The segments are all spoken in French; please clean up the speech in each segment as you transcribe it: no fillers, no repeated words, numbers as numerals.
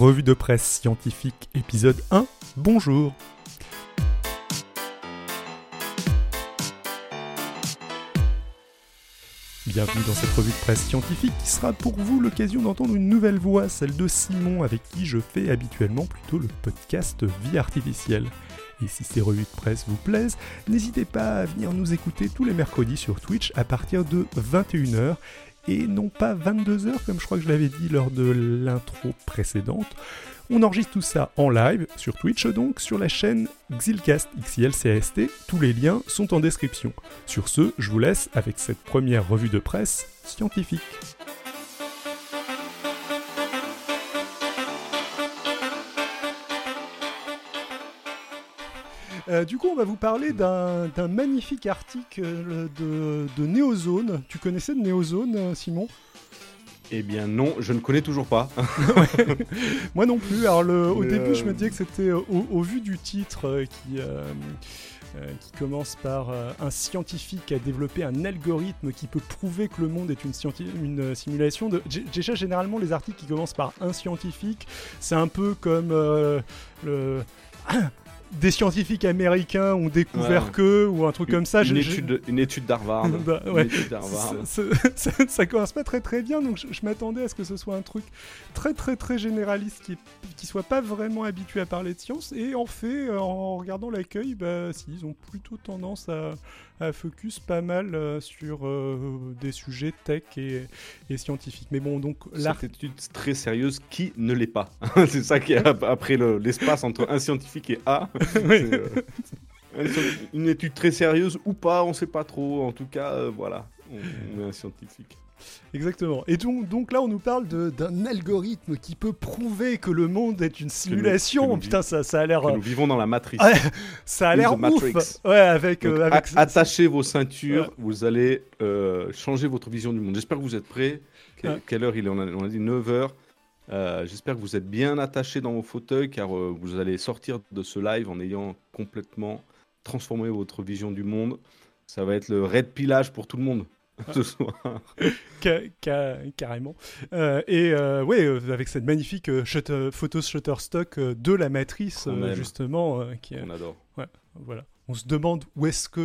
Revue de presse scientifique, épisode 1, bonjour. Bienvenue dans cette revue de presse scientifique qui sera pour vous l'occasion d'entendre une nouvelle voix, celle de Simon, avec qui je fais habituellement plutôt le podcast Vie artificielle. Et si ces revues de presse vous plaisent, n'hésitez pas à venir nous écouter tous les mercredis sur Twitch à partir de 21h, et non pas 22h comme je crois que je l'avais dit lors de l'intro précédente. On enregistre tout ça en live, sur Twitch donc, sur la chaîne Xilcast, XILCAST, tous les liens sont en description. Sur ce, je vous laisse avec cette première revue de presse scientifique. Du coup, on va vous parler d'un magnifique article de Neozone. Tu connaissais de Neozone, Simon ? Eh bien non, je ne connais toujours pas. Ouais. Moi non plus. Alors au début, je me disais que c'était au vu du titre qui commence par un scientifique a développé un algorithme qui peut prouver que le monde est une simulation. Déjà, généralement, les articles qui commencent par un scientifique, c'est un peu comme des scientifiques américains ont découvert que, ou un truc comme ça. Une étude d'Harvard. Bah, ouais. Ça commence pas très très bien, donc je m'attendais à ce que ce soit un truc très très très généraliste qui soit pas vraiment habitué à parler de science, et en fait, en regardant l'accueil, ils ont plutôt tendance à focus pas mal sur des sujets tech et scientifiques. Mais bon, donc cette étude très sérieuse qui ne l'est pas. C'est ça qui est après l'espace entre un scientifique et A. Oui. Une étude très sérieuse ou pas, on sait pas trop. En tout cas, voilà, on est un scientifique. Exactement. Et donc là, on nous parle d'un algorithme qui peut prouver que le monde est une simulation. Putain, ça a l'air... Que nous vivons dans la matrice. Ouais, ça a l'air ouf. Ouais, avec attachez vos ceintures, vous allez changer votre vision du monde. J'espère que vous êtes prêts. Quelle heure il est ? On a dit 9h. J'espère que vous êtes bien attachés dans vos fauteuils, car vous allez sortir de ce live en ayant complètement transformé votre vision du monde. Ça va être le red pillage pour tout le monde ce soir. Carrément. Avec cette magnifique photo Shutterstock de la matrice, justement. On adore. Ouais, voilà. On se demande où est-ce que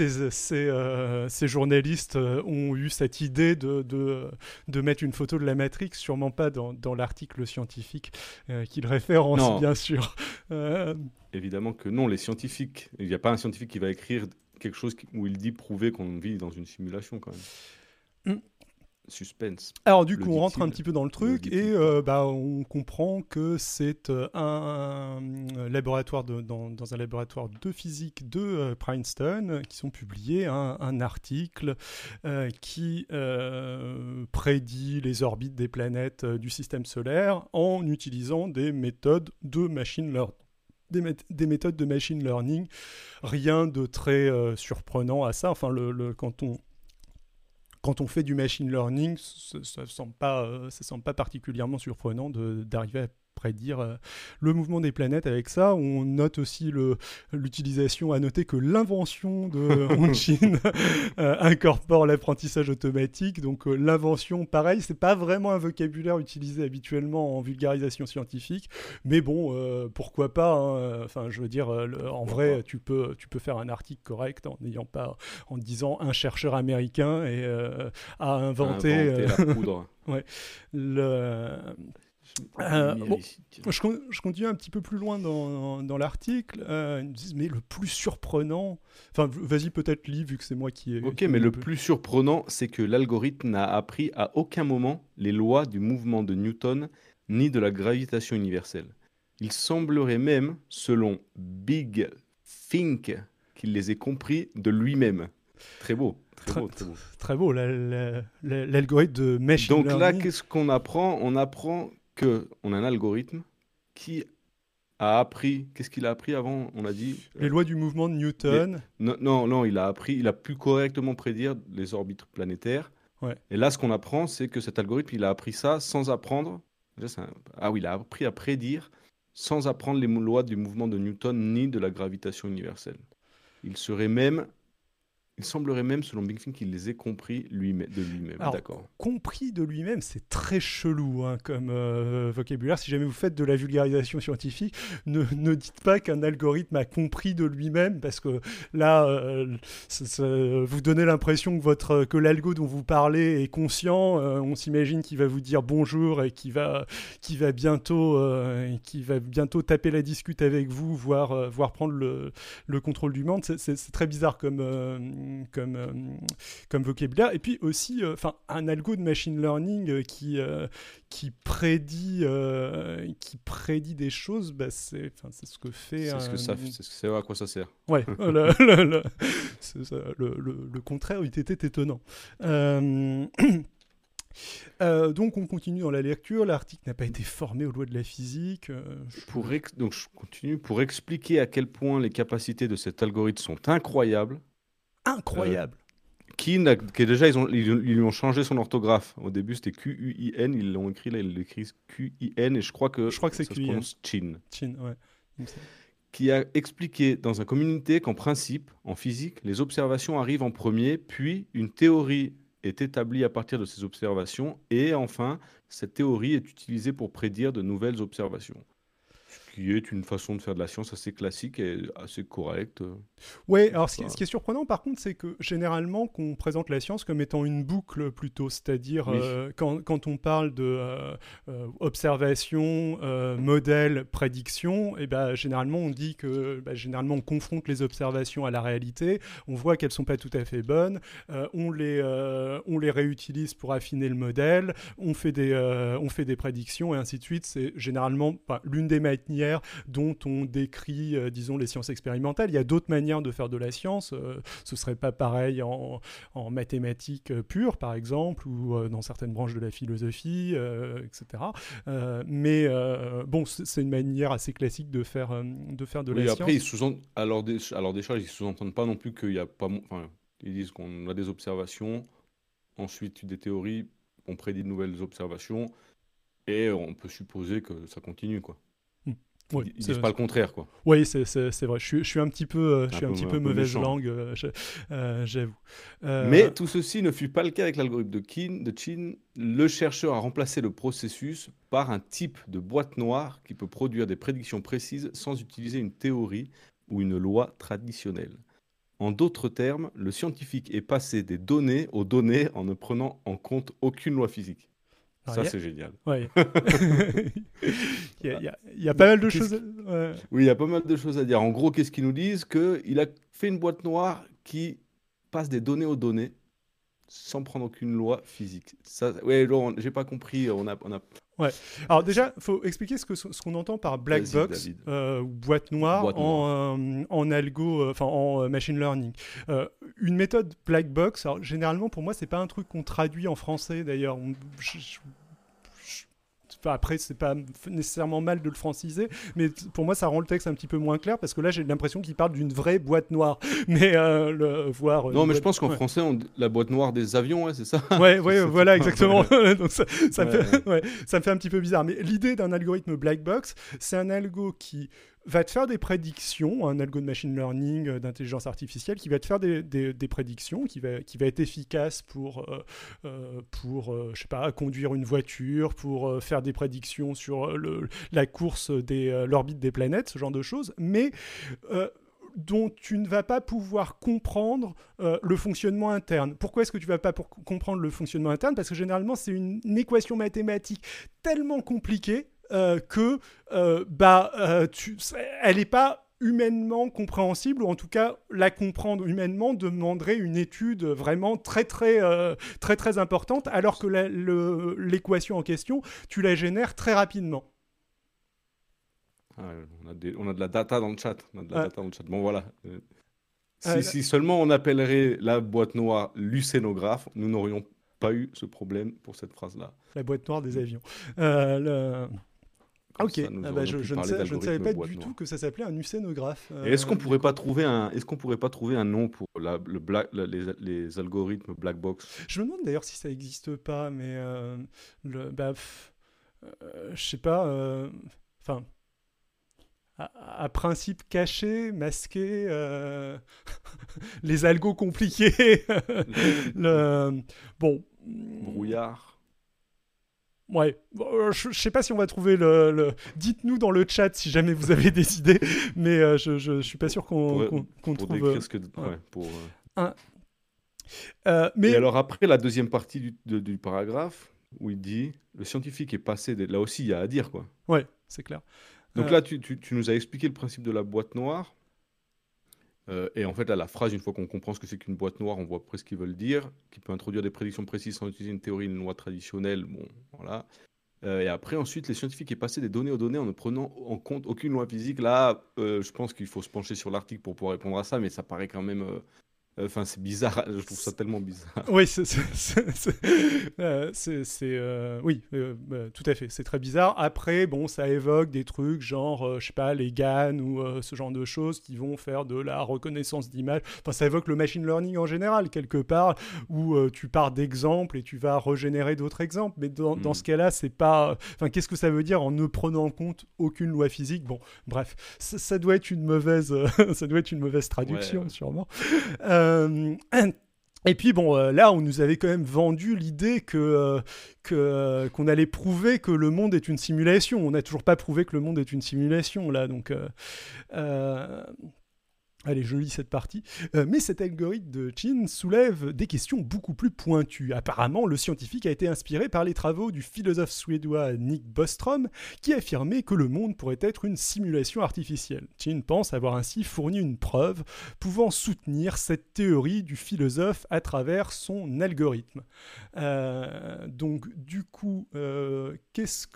ces journalistes ont eu cette idée de mettre une photo de la Matrix, sûrement pas dans l'article scientifique qu'ils référencent, bien sûr. Évidemment que non, les scientifiques, il n'y a pas un scientifique qui va écrire quelque chose où il dit prouver qu'on vit dans une simulation quand même. Suspense. Alors du coup, on rentre un petit peu dans le truc et on comprend que c'est un laboratoire dans un laboratoire de physique de Princeton qui sont publiés un article qui prédit les orbites des planètes du système solaire en utilisant des méthodes de machine learning. Des méthodes de machine learning, rien de très surprenant à ça. Enfin, quand on fait du machine learning, ça semble pas particulièrement surprenant d'arriver à prédire le mouvement des planètes avec ça. On note aussi l'utilisation, à noter que l'invention de Hongqin incorpore l'apprentissage automatique. Donc l'invention, pareil, c'est pas vraiment un vocabulaire utilisé habituellement en vulgarisation scientifique, mais bon, pourquoi pas, hein. Enfin, je veux dire, en vrai, tu peux faire un article correct en disant un chercheur américain a inventé la poudre. Ouais. Je continue un petit peu plus loin dans l'article. Ils me disent, mais le plus surprenant... Enfin, vas-y, peut-être, Lee, vu que c'est moi qui ai... Ok, mais le plus surprenant, c'est que l'algorithme n'a appris à aucun moment les lois du mouvement de Newton ni de la gravitation universelle. Il semblerait même, selon Big Think, qu'il les ait compris de lui-même. Très beau. Très beau, l'algorithme de machine learning. Donc là, qu'est-ce qu'on apprend ? On apprend qu'on a un algorithme qui a appris... Qu'est-ce qu'il a appris avant ? On a dit... Les lois du mouvement de Newton. Non, il a pu correctement prédire les orbites planétaires. Ouais. Et là, ce qu'on apprend, c'est que cet algorithme, il a appris ça sans apprendre... il a appris à prédire sans apprendre les lois du mouvement de Newton ni de la gravitation universelle. Il serait même Il semblerait même, selon Big Think, qu'il les ait compris de lui-même. Alors, D'accord. compris de lui-même, c'est très chelou comme vocabulaire. Si jamais vous faites de la vulgarisation scientifique, ne dites pas qu'un algorithme a compris de lui-même, parce que là, vous donnez l'impression que l'algo dont vous parlez est conscient. On s'imagine qu'il va vous dire bonjour et qu'il va bientôt taper la discute avec vous, voire prendre le contrôle du monde. C'est très bizarre comme vocabulaire. Et puis aussi, un algo de machine learning qui prédit des choses, c'est ce que fait. C'est à quoi ça sert. Ouais, le contraire eût été étonnant. Donc on continue dans la lecture. L'article n'a pas été formé aux lois de la physique. Donc je continue. Pour expliquer à quel point les capacités de cet algorithme sont incroyables. Incroyable. Qui déjà, ils lui ont changé son orthographe. Au début, c'était Q-U-I-N. Ils l'ont écrit, là, ils l'écrivent Q-I-N. Et je crois que c'est ça se prononce Chin. Chin, ouais. Qui a expliqué dans un communiqué qu'en principe, en physique, les observations arrivent en premier, puis une théorie est établie à partir de ces observations, et enfin, cette théorie est utilisée pour prédire de nouvelles observations. Ce qui est une façon de faire de la science assez classique et assez correcte. Oui, alors ce qui est surprenant par contre, c'est que généralement qu'on présente la science comme étant une boucle plutôt, c'est-à-dire Oui. Quand on parle de observation, modèle, prédiction, et généralement on dit que généralement on confronte les observations à la réalité, on voit qu'elles sont pas tout à fait bonnes, on les réutilise pour affiner le modèle, on fait des prédictions et ainsi de suite. C'est généralement l'une des manières dont on décrit, disons, les sciences expérimentales. Il y a d'autres manières de faire de la science. Ce serait pas pareil en mathématiques pures, par exemple, ou dans certaines branches de la philosophie, etc. Mais bon, c'est une manière assez classique de faire de la science. Après, alors des charges, ils sous-entendent pas non plus qu'il y a pas... Enfin, ils disent qu'on a des observations, ensuite des théories, on prédit de nouvelles observations, et on peut supposer que ça continue, quoi. Oui, ils disent pas le contraire, quoi. Oui, c'est vrai. Je suis un petit peu, mauvaise méchant. langue, j'avoue. Mais tout ceci ne fut pas le cas avec l'algorithme de Chin. Le chercheur a remplacé le processus par un type de boîte noire qui peut produire des prédictions précises sans utiliser une théorie ou une loi traditionnelle. En d'autres termes, le scientifique est passé des données aux données en ne prenant en compte aucune loi physique. Ça, c'est génial. Ouais. il y a pas mal de choses. Oui, il y a pas mal de choses à dire. En gros, qu'est-ce qu'ils nous disent? Qu'il a fait une boîte noire qui passe des données aux données sans prendre aucune loi physique. Ça, ouais, Laurent, j'ai pas compris. Ouais. Alors déjà, faut expliquer ce qu'on entend par black box ou boîte noire, en algo, en machine learning. Une méthode black box. Alors généralement, pour moi, c'est pas un truc qu'on traduit en français. D'ailleurs, après, c'est pas nécessairement mal de le franciser, mais pour moi, ça rend le texte un petit peu moins clair parce que là, j'ai l'impression qu'il parle d'une vraie boîte noire. Mais Non, mais je pense qu'en français, la boîte noire des avions, ouais, c'est ça. Ouais, voilà, exactement. Donc ça me fait un petit peu bizarre. Mais l'idée d'un algorithme black box, c'est un algo qui va te faire des prédictions, un algo de machine learning, d'intelligence artificielle, qui va te faire des prédictions, qui va être efficace pour je sais pas, conduire une voiture, pour faire des prédictions sur la course l'orbite des planètes, ce genre de choses, mais dont tu ne vas pas pouvoir comprendre le fonctionnement interne. Pourquoi est-ce que tu ne vas pas comprendre le fonctionnement interne? Parce que généralement, c'est une équation mathématique tellement compliquée que elle n'est pas humainement compréhensible, ou en tout cas la comprendre humainement demanderait une étude vraiment très importante, alors que l'équation en question, tu la génères très rapidement. On a de la data dans le chat. Bon, voilà. Si seulement on appellerait la boîte noire lucénographe, nous n'aurions pas eu ce problème pour cette phrase-là. La boîte noire des avions. Ok, je ne savais pas du tout que ça s'appelait un lucénographe. Est-ce qu'on pourrait pas trouver un nom pour les algorithmes black box? Je me demande d'ailleurs si ça n'existe pas, mais je sais pas. à principe caché, masqué, les algos compliqués. Bon. Brouillard. Ouais, je sais pas si on va trouver Dites-nous dans le chat si jamais vous avez des idées, mais je suis pas sûr qu'on trouve. Décrire ce que. Mais et alors après la deuxième partie du paragraphe où il dit le scientifique est passé. Là aussi, il y a à dire quoi. Ouais, c'est clair. Donc là, tu nous as expliqué le principe de la boîte noire. Et en fait, là, la phrase, une fois qu'on comprend ce que c'est qu'une boîte noire, on voit presque ce qu'ils veulent dire, qui peut introduire des prédictions précises sans utiliser une théorie, une loi traditionnelle. Bon, voilà. Et après, ensuite, les scientifiques est passé des données aux données en ne prenant en compte aucune loi physique. Là, je pense qu'il faut se pencher sur l'article pour pouvoir répondre à ça, mais ça paraît quand même. Enfin, c'est bizarre. Je trouve ça tellement bizarre. Oui, oui, tout à fait. C'est très bizarre. Après, bon, ça évoque des trucs genre, je sais pas, les GAN ou ce genre de choses qui vont faire de la reconnaissance d'image. Enfin, ça évoque le machine learning en général, quelque part, où tu pars d'exemples et tu vas régénérer d'autres exemples. Mais dans ce cas-là, c'est pas. Enfin, qu'est-ce que ça veut dire en ne prenant en compte aucune loi physique? Bon, bref, ça doit être une mauvaise, ça doit être une mauvaise traduction, sûrement. Et puis bon, là, on nous avait quand même vendu l'idée qu'on allait prouver que le monde est une simulation. On n'a toujours pas prouvé que le monde est une simulation, là. Donc, allez, je lis cette partie. Mais cet algorithme de Chin soulève des questions beaucoup plus pointues. Apparemment, le scientifique a été inspiré par les travaux du philosophe suédois Nick Bostrom, qui affirmait que le monde pourrait être une simulation artificielle. Chin pense avoir ainsi fourni une preuve pouvant soutenir cette théorie du philosophe à travers son algorithme. Donc, du coup, qu'est-ce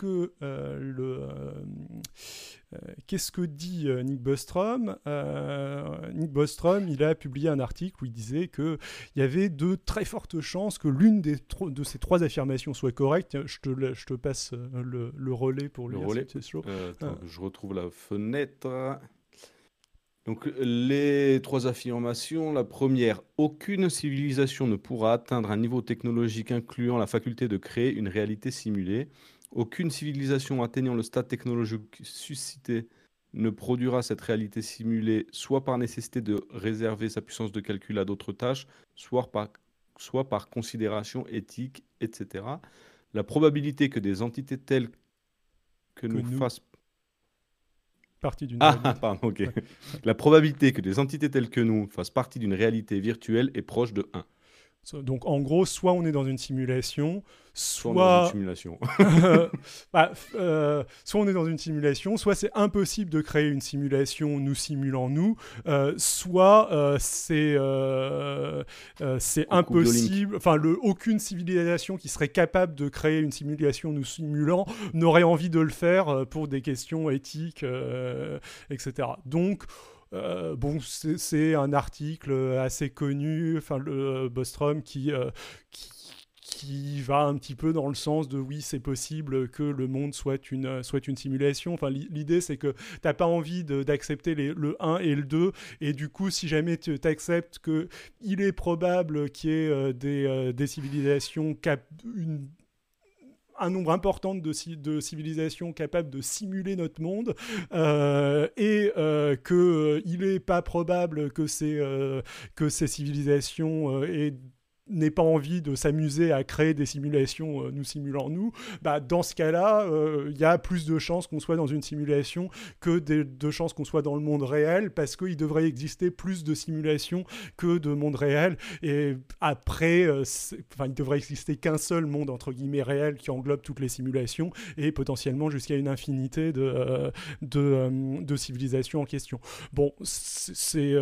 que dit Nick Bostrom? Nick Bostrom, il a publié un article où il disait qu'il y avait de très fortes chances que l'une de ces trois affirmations soit correcte. Je te passe le relais pour lire. C'est chaud. Je retrouve la fenêtre. Donc, les trois affirmations. La première, aucune civilisation ne pourra atteindre un niveau technologique incluant la faculté de créer une réalité simulée. Aucune civilisation atteignant le stade technologique suscité ne produira cette réalité simulée, soit par nécessité de réserver sa puissance de calcul à d'autres tâches, soit par considération éthique, etc. La probabilité que des entités telles que nous fassent partie d'une réalité. Pardon, ok. Ouais. La probabilité que des entités telles que nous fassent partie d'une réalité virtuelle est proche de 1. Donc en gros, soit on est dans une simulation, soit dans une simulation. Soit on est dans une simulation, soit c'est impossible de créer une simulation nous simulant nous, soit c'est impossible. Enfin, aucune civilisation qui serait capable de créer une simulation nous simulant n'aurait envie de le faire pour des questions éthiques, etc. Donc bon, c'est un article assez connu, enfin le Bostrom qui va un petit peu dans le sens de oui, c'est possible que le monde soit une simulation. Enfin, l'idée, c'est que tu n'as pas envie d'accepter le 1 et le 2, et du coup, si jamais tu acceptes qu'il est probable qu'il y ait des civilisations un nombre important de civilisations capables de simuler notre monde, et qu'il n'est pas probable que ces civilisations n'aient pas envie de s'amuser à créer des simulations nous simulant nous, bah, dans ce cas-là, il y a plus de chances qu'on soit dans une simulation que de chances qu'on soit dans le monde réel, parce qu'il devrait exister plus de simulations que de monde réel. Et après, il devrait exister qu'un seul monde, entre guillemets, réel qui englobe toutes les simulations, et potentiellement jusqu'à une infinité de civilisations en question. Bon, c'est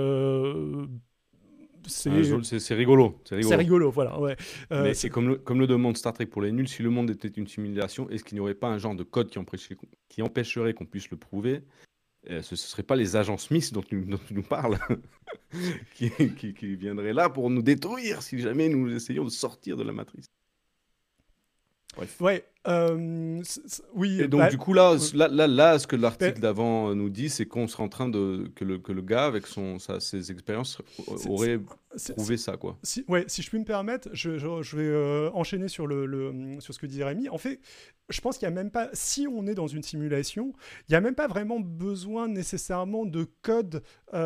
rigolo. C'est rigolo, voilà. Ouais. Mais c'est comme le demande Star Trek pour les nuls. Si le monde était une simulation, est-ce qu'il n'y aurait pas un genre de code qui empêcherait qu'on puisse le prouver? Ce ne serait pas les agents Smith dont tu nous parles qui viendraient là pour nous détruire si jamais nous essayons de sortir de la matrice. Bref. Ouais. Oui. Et donc, du coup, là, ce que l'article d'avant nous dit, c'est qu'on serait en train que le gars, avec ses expériences, aurait prouvé ça, quoi. Si je puis me permettre, je vais enchaîner sur sur ce que disait Rémi. En fait, je pense qu'il n'y a même pas, si on est dans une simulation, il n'y a même pas vraiment besoin nécessairement de code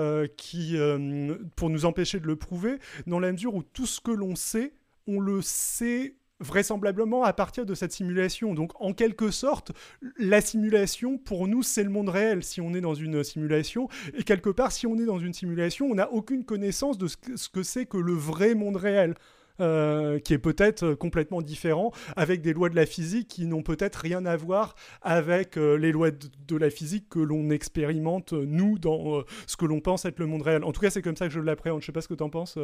pour nous empêcher de le prouver, dans la mesure où tout ce que l'on sait, on le sait vraisemblablement à partir de cette simulation. Donc, en quelque sorte, la simulation, pour nous, c'est le monde réel si on est dans une simulation. Et quelque part, si on est dans une simulation, on n'a aucune connaissance de ce que c'est que le vrai monde réel. Qui est peut-être complètement différent, avec des lois de la physique qui n'ont peut-être rien à voir avec les lois de la physique que l'on expérimente, nous, dans ce que l'on pense être le monde réel. En tout cas, c'est comme ça que je l'appréhende. Je ne sais pas ce que tu en penses,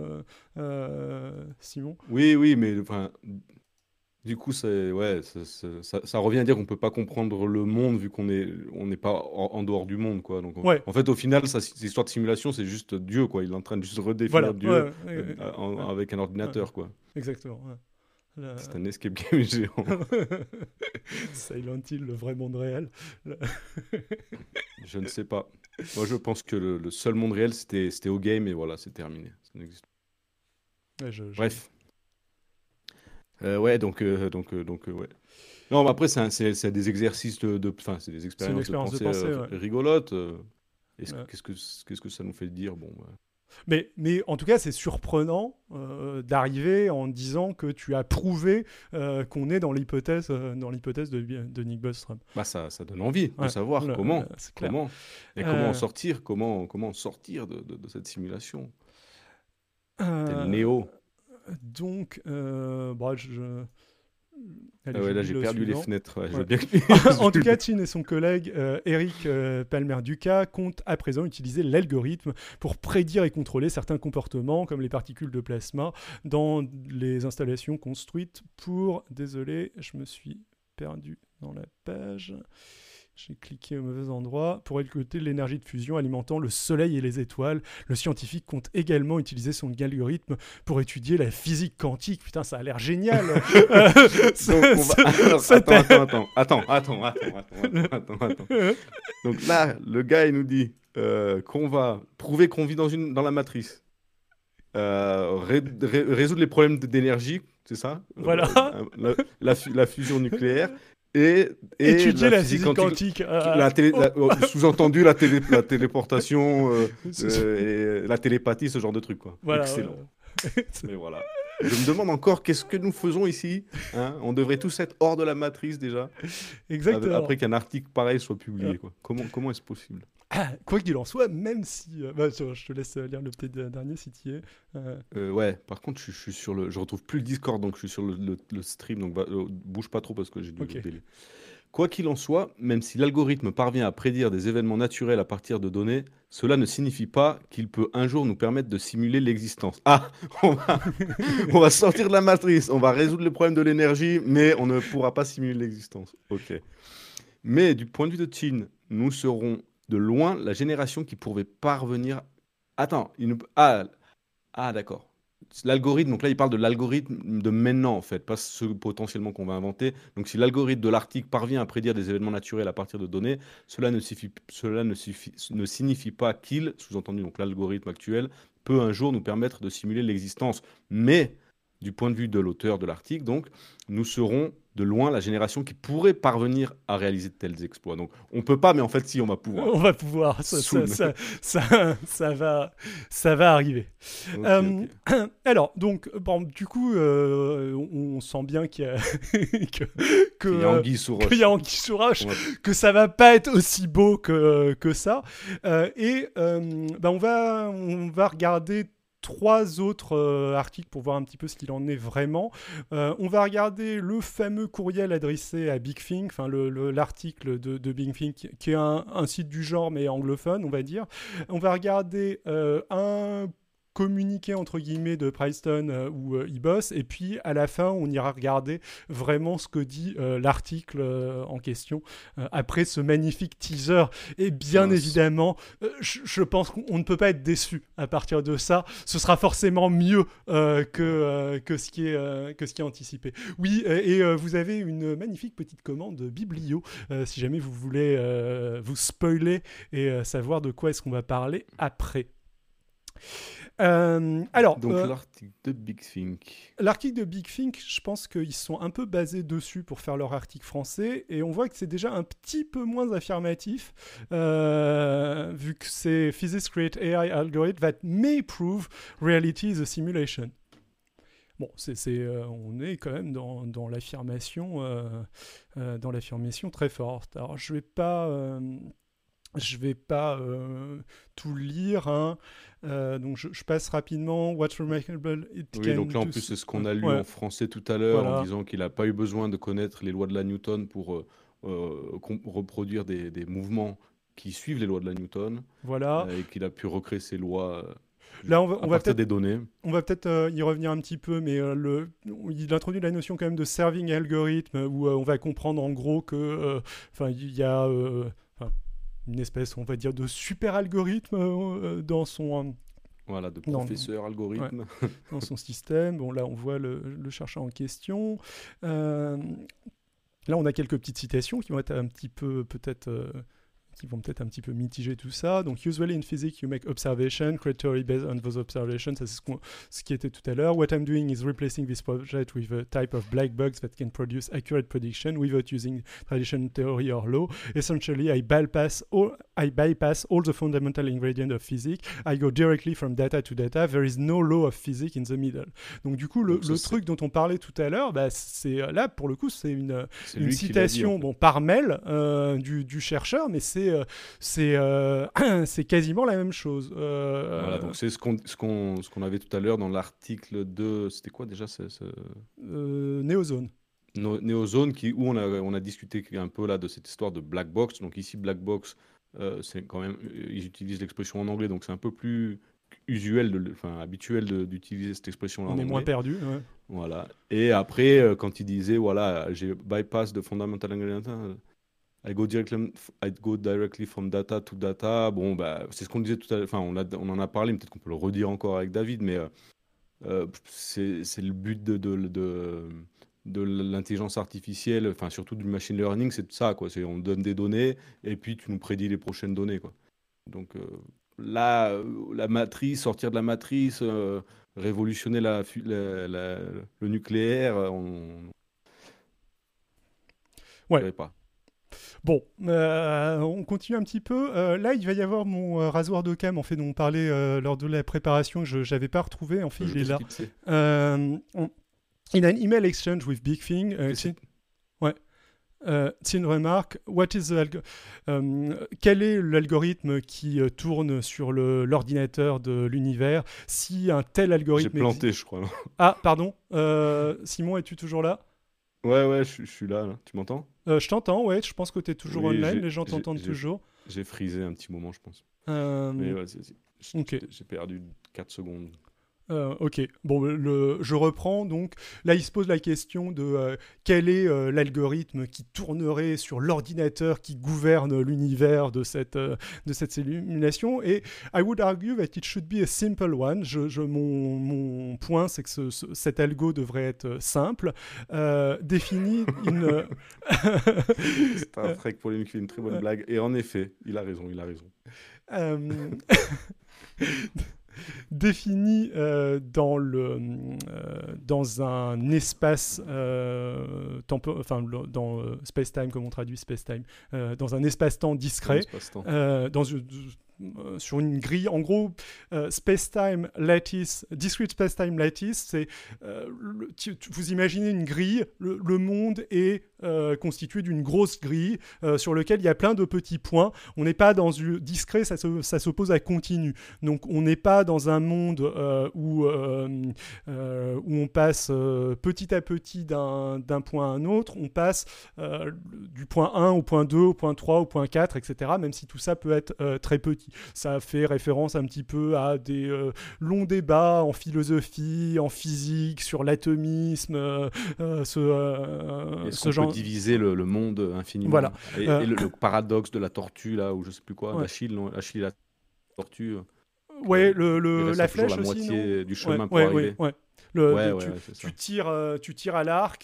Simon. Oui, mais du coup, ça revient à dire qu'on ne peut pas comprendre le monde vu qu'on n'est pas en dehors du monde, quoi. Donc, en fait, au final, cette histoire de simulation, c'est juste Dieu, quoi. Il est en train de juste redéfinir Dieu avec un ordinateur, quoi. Exactement. C'est un escape game géant. Silent Hill, le vrai monde réel. Je ne sais pas. Moi, je pense que le seul monde réel, c'était au game, et voilà, c'est terminé. Ça n'existe pas. Bref. Ouais. Non, mais après, c'est des exercices c'est des expériences de pensée rigolotes. Qu'est-ce que ça nous fait dire? Bon. Mais en tout cas, c'est surprenant d'arriver en disant que tu as prouvé qu'on est dans l'hypothèse de Nick Bostrom. Bah ça donne envie de savoir comment en sortir, comment sortir de cette simulation. Tel Néo. Donc, là j'ai perdu les fenêtres. En tout cas, Chin et son collègue Eric Palmer-Ducas comptent à présent utiliser l'algorithme pour prédire et contrôler certains comportements, comme les particules de plasma, dans les installations construites pour... Désolé, je me suis perdu dans la page... J'ai cliqué au mauvais endroit. Pour récolter l'énergie de fusion alimentant le Soleil et les étoiles, le scientifique compte également utiliser son algorithme pour éétudier la physique quantique. Putain, ça a l'air génial. Attends. Donc là, le gars, il nous dit qu'on va prouver qu'on vit dans la matrice. Résoudre les problèmes d'énergie, c'est ça? Voilà. La fusion nucléaire. Et étudier la physique quantique. Sous-entendu la téléportation, et la télépathie, ce genre de truc, quoi. Voilà, excellent. Mais voilà. Je me demande encore qu'est-ce que nous faisons ici, hein? On devrait tous être hors de la matrice déjà. Exactement. Après qu'un article pareil soit publié, quoi. Comment est-ce possible? Quoi qu'il en soit, même si... je te laisse lire le petit dernier si tu y es. Ouais, par contre, je suis sur je retrouve plus le Discord, donc je suis sur le stream, donc bouge pas trop parce que j'ai dû le délai. Quoi qu'il en soit, même si l'algorithme parvient à prédire des événements naturels à partir de données, cela ne signifie pas qu'il peut un jour nous permettre de simuler l'existence. Ah, on va sortir de la matrice, on va résoudre le problème de l'énergie, mais on ne pourra pas simuler l'existence. Ok. Mais du point de vue de Chin, nous serons de loin la génération qui pourrait parvenir... Attends, d'accord. L'algorithme, donc là il parle de l'algorithme de maintenant en fait, pas ce potentiellement qu'on va inventer. Donc si l'algorithme de l'article parvient à prédire des événements naturels à partir de données, cela ne signifie pas qu'il, sous-entendu donc l'algorithme actuel, peut un jour nous permettre de simuler l'existence. Mais du point de vue de l'auteur de l'article, donc, nous serons de loin la génération qui pourrait parvenir à réaliser de tels exploits. Donc, on peut pas, mais en fait, si, on va pouvoir. On va pouvoir. Ça va arriver. Okay. Alors, donc, bon, du coup, on sent bien qu'il y a qu'il y a anguille sous roche, que ça va pas être aussi beau que ça. On va regarder 3 autres articles pour voir un petit peu ce qu'il en est vraiment. On va regarder le fameux courriel adressé à Big Think, enfin l'article de Big Think, qui est un site du genre mais anglophone, on va dire. On va regarder un communiqué entre guillemets de Princeton où il bosse, et puis à la fin on ira regarder vraiment ce que dit l'article en question après ce magnifique teaser. Et bien évidemment je pense qu'on ne peut pas être déçu à partir de ça. Ce sera forcément mieux que ce qui est anticipé. Oui, et vous avez une magnifique petite commande Biblio si jamais vous voulez vous spoiler et savoir de quoi est-ce qu'on va parler après. Alors, donc l'article de Big Think. L'article de Big Think, je pense qu'ils sont un peu basés dessus pour faire leur article français, et on voit que c'est déjà un petit peu moins affirmatif, vu que c'est Physics create AI algorithm that may prove reality is a simulation. Bon, on est quand même dans l'affirmation très forte. Alors, je vais pas tout lire, hein. Donc je passe rapidement. What's remarkable it Oui, can donc là en do plus c'est ce qu'on a lu ouais. en français tout à l'heure, Voilà. en disant qu'il n'a pas eu besoin de connaître les lois de la Newton pour reproduire des mouvements qui suivent les lois de la Newton, Voilà. et qu'il a pu recréer ces lois Là, à partir des données. On va peut-être y revenir un petit peu, mais il introduit la notion quand même de serving algorithm, où on va comprendre en gros que, il y a une espèce, on va dire, de super algorithme dans son Voilà, de professeur algorithme. Ouais, dans son système. Bon, là, on voit le chercheur en question. Là, on a quelques petites citations qui vont être un petit peu, qui vont peut-être un petit peu mitiger tout ça. Donc, usually in physics, you make observation, create theory based on those observations. Ça, c'est ce qui était tout à l'heure. What I'm doing is replacing this project with a type of black box that can produce accurate prediction without using traditional theory or law. Essentially, I bypass all the fundamental ingredients of physics. I go directly from data to data. There is no law of physics in the middle. Donc, du coup, le truc dont on parlait tout à l'heure, c'est là, pour le coup, c'est une citation par mail du chercheur, mais c'est quasiment la même chose. Voilà, donc c'est ce qu'on avait tout à l'heure dans l'article de... C'était quoi déjà Néozone. Néozone, où on a discuté un peu là de cette histoire de black box. Donc ici, black box, c'est quand même... Ils utilisent l'expression en anglais, donc c'est un peu plus habituel d'utiliser cette expression-là en anglais. On est moins perdu. Ouais. Voilà. Et après, quand il disait, voilà, j'ai bypass de fundamental ingredient... I go directly from data to data. Bon, c'est ce qu'on disait tout à l'heure. Enfin, on en a parlé, mais peut-être qu'on peut le redire encore avec David, mais c'est le but de l'intelligence artificielle, enfin surtout du machine learning, c'est ça, quoi. On donne des données et puis tu nous prédis les prochaines données, quoi. Donc là, sortir de la matrice, révolutionner le nucléaire, ouais. Je savais pas. Bon, on continue un petit peu. Là, il va y avoir mon rasoir d'Occam, en fait, dont on parlait lors de la préparation, que je n'avais pas retrouvé. En fait, il est là. In an email exchange with Big Thing, Tin remarque, what is quel est l'algorithme qui tourne sur l'ordinateur de l'univers? Si un tel algorithme... J'ai planté, je crois. Ah, pardon. Simon, es-tu toujours là? Ouais, je suis là. Tu m'entends? Je t'entends, ouais. Je pense que tu es toujours online. Les gens t'entendent toujours. J'ai frisé un petit moment, je pense. Mais ouais, j'ai perdu 4 secondes. Ok, bon, je reprends. Donc là, il se pose la question de quel est l'algorithme qui tournerait sur l'ordinateur qui gouverne l'univers de cette simulation. Et I would argue that it should be a simple one. Mon point, c'est que cet algo devrait être simple, défini une... Star Trek Polémique fait une très bonne blague. Et en effet, il a raison. Défini dans un espace dans space-time, comme on traduit space-time, dans un espace-temps discret, sur une grille, en gros, space-time lattice, discrete space-time lattice, c'est vous imaginez une grille, le monde est constitué d'une grosse grille sur laquelle il y a plein de petits points. On n'est pas dans du discret, ça s'oppose à continu. Donc on n'est pas dans un monde où on passe petit à petit d'un point à un autre, on passe du point 1 au point 2, au point 3, au point 4, etc. Même si tout ça peut être très petit. Ça fait référence un petit peu à des longs débats en philosophie, en physique, sur l'atomisme, ce genre. Diviser le monde infiniment. Voilà. Et le paradoxe de la tortue, là, ou je sais plus quoi, l'Achille, non, l'Achille, la tortue. Ouais, la flèche la aussi, moitié non du chemin pour arriver. Tu tires à l'arc.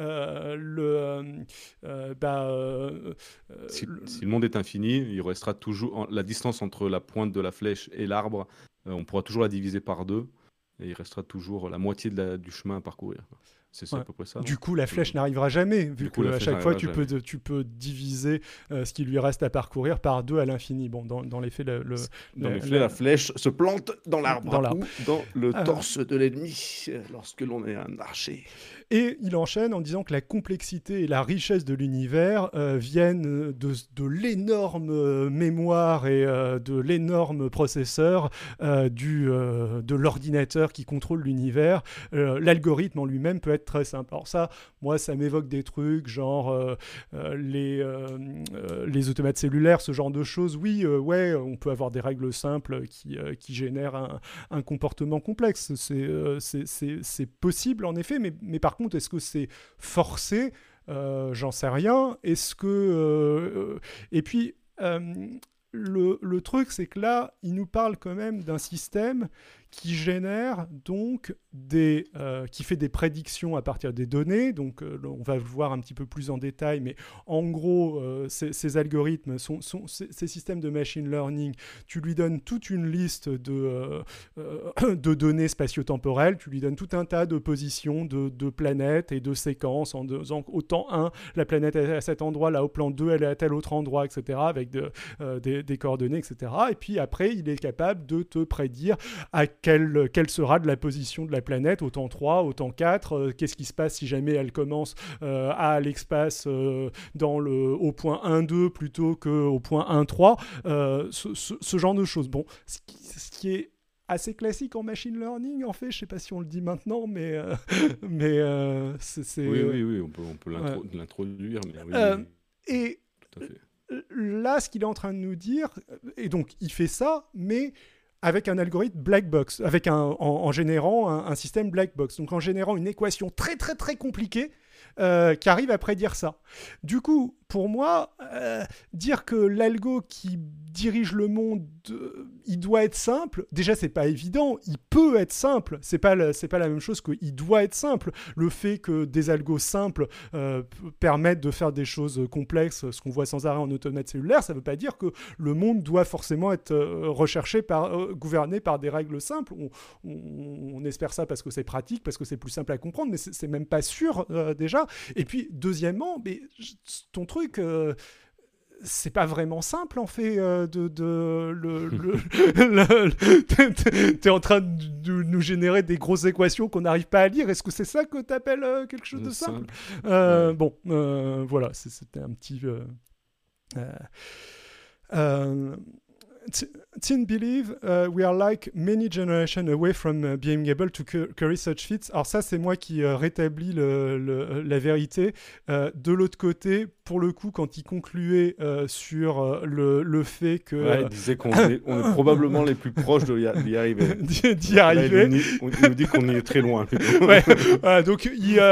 Si le monde est infini, il restera toujours la distance entre la pointe de la flèche et l'arbre. On pourra toujours la diviser par 2 et il restera toujours la moitié du chemin à parcourir. C'est à peu près ça. Du coup, la flèche n'arrivera jamais, vu qu'à chaque fois, tu peux diviser ce qui lui reste à parcourir par 2 à l'infini. Bon, dans les faits, la flèche se plante dans l'arbre ou dans le torse de l'ennemi lorsque l'on est un archer. Et il enchaîne en disant que la complexité et la richesse de l'univers viennent de l'énorme mémoire et de l'énorme processeur de l'ordinateur qui contrôle l'univers. L'algorithme en lui-même peut être très simple. Alors ça, moi, ça m'évoque des trucs genre les automates cellulaires, ce genre de choses. Oui, on peut avoir des règles simples qui génèrent un comportement complexe. C'est possible, en effet, mais par contre, est-ce que c'est forcé ? J'en sais rien. Est-ce que... Et puis, le truc, c'est que là, il nous parle quand même d'un système qui génère donc qui fait des prédictions à partir des données. Donc, on va le voir un petit peu plus en détail, mais en gros, ces algorithmes, ces systèmes de machine learning, tu lui donnes toute une liste de données spatio-temporelles, tu lui donnes tout un tas de positions de planètes et de séquences en disant au temps 1, la planète est à cet endroit, là au plan 2, elle est à tel autre endroit, etc., avec des coordonnées, etc. Et puis après, il est capable de te prédire à quelle sera de la position de la planète au temps 3, au temps 4, qu'est-ce qui se passe si jamais elle commence à l'espace au point 1,2 plutôt qu'au point 1,3, ce genre de choses. Bon, ce qui est assez classique en machine learning, en fait, je ne sais pas si on le dit maintenant, mais c'est... Oui, on peut l'introduire. Mais oui, et tout à fait. Là, ce qu'il est en train de nous dire, et donc il fait ça, mais avec un algorithme black box, en générant un système black box, donc en générant une équation très très très compliquée qui arrive à prédire ça. Du coup, pour moi, dire que l'algo qui dirige le monde, il doit être simple, déjà c'est pas évident, il peut être simple, c'est pas la même chose qu'il doit être simple. Le fait que des algos simples permettent de faire des choses complexes, ce qu'on voit sans arrêt en automate cellulaire, ça veut pas dire que le monde doit forcément être gouverné par des règles simples. On espère ça parce que c'est pratique, parce que c'est plus simple à comprendre, mais c'est même pas sûr déjà. Et puis deuxièmement, mais ton truc, c'est pas vraiment simple en fait. T'es en train de nous générer des grosses équations qu'on n'arrive pas à lire. Est-ce que c'est ça que t'appelles quelque chose de simple? Bon, voilà, c'était un petit. Teen believe we are like many generations away from being able to carry such feats. Alors ça, c'est moi qui rétablis la vérité. De l'autre côté, pour le coup, quand il concluait sur le fait que... il disait qu'on est probablement les plus proches d'y arriver. D'y arriver. Là, il nous dit qu'on est très loin. Donc il... il y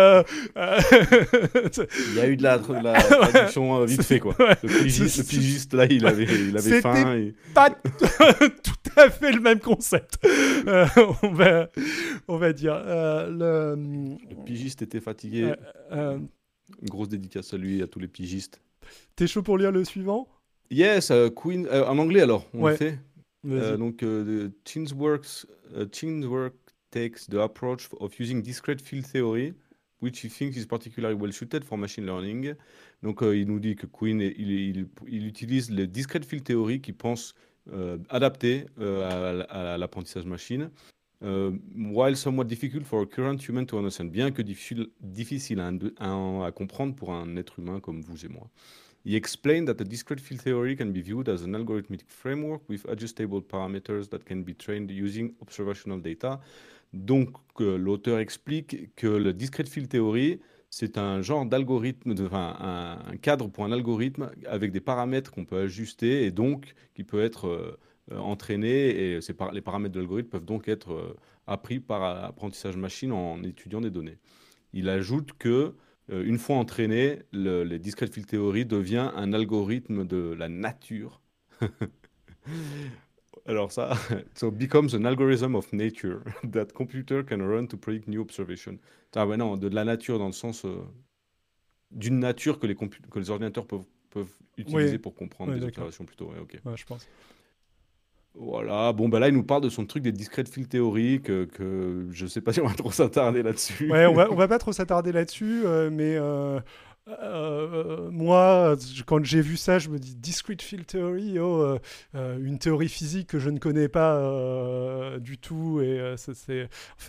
a eu de la traduction vite fait, quoi. Le pigiste, là, il avait faim. Pas tout à fait le même concept. On va dire. Le pigiste était fatigué. Une grosse dédicace à lui et à tous les pigistes. T'es chaud pour lire le suivant? Yes, Queen. En anglais alors, on le fait. Donc, Teens Work takes the approach of using discrete field theory, which he thinks is particularly well suited for machine learning. Donc, il nous dit que Queen, il utilise le discrete field theory qui pense adapté à l'apprentissage machine. while somewhat difficult for a current human to understand, bien que difficile à comprendre pour un être humain comme vous et moi. He explained that the discrete field theory can be viewed as an algorithmic framework with adjustable parameters that can be trained using observational data. Donc, l'auteur explique que le discrete field theory, c'est un genre d'algorithme, un cadre pour un algorithme avec des paramètres qu'on peut ajuster et donc qui peut être entraîné. Et les paramètres de l'algorithme peuvent donc être appris par apprentissage machine en étudiant des données. Il ajoute que une fois entraîné, les discrete field theory devient un algorithme de la nature. Alors ça, so becomes an algorithm of nature that computer can run to predict new observation. Ah ouais, non, de la nature dans le sens d'une nature que les ordinateurs peuvent utiliser pour comprendre des observations plutôt. Ouais, ok. Ouais, je pense. Voilà, bon, bah là, il nous parle de son truc des discrete field theory, que je sais pas si on va trop s'attarder là-dessus. Ouais, on va pas trop s'attarder là-dessus, mais moi, quand j'ai vu ça, je me dis discrete field theory, une théorie physique que je ne connais pas du tout, et c'est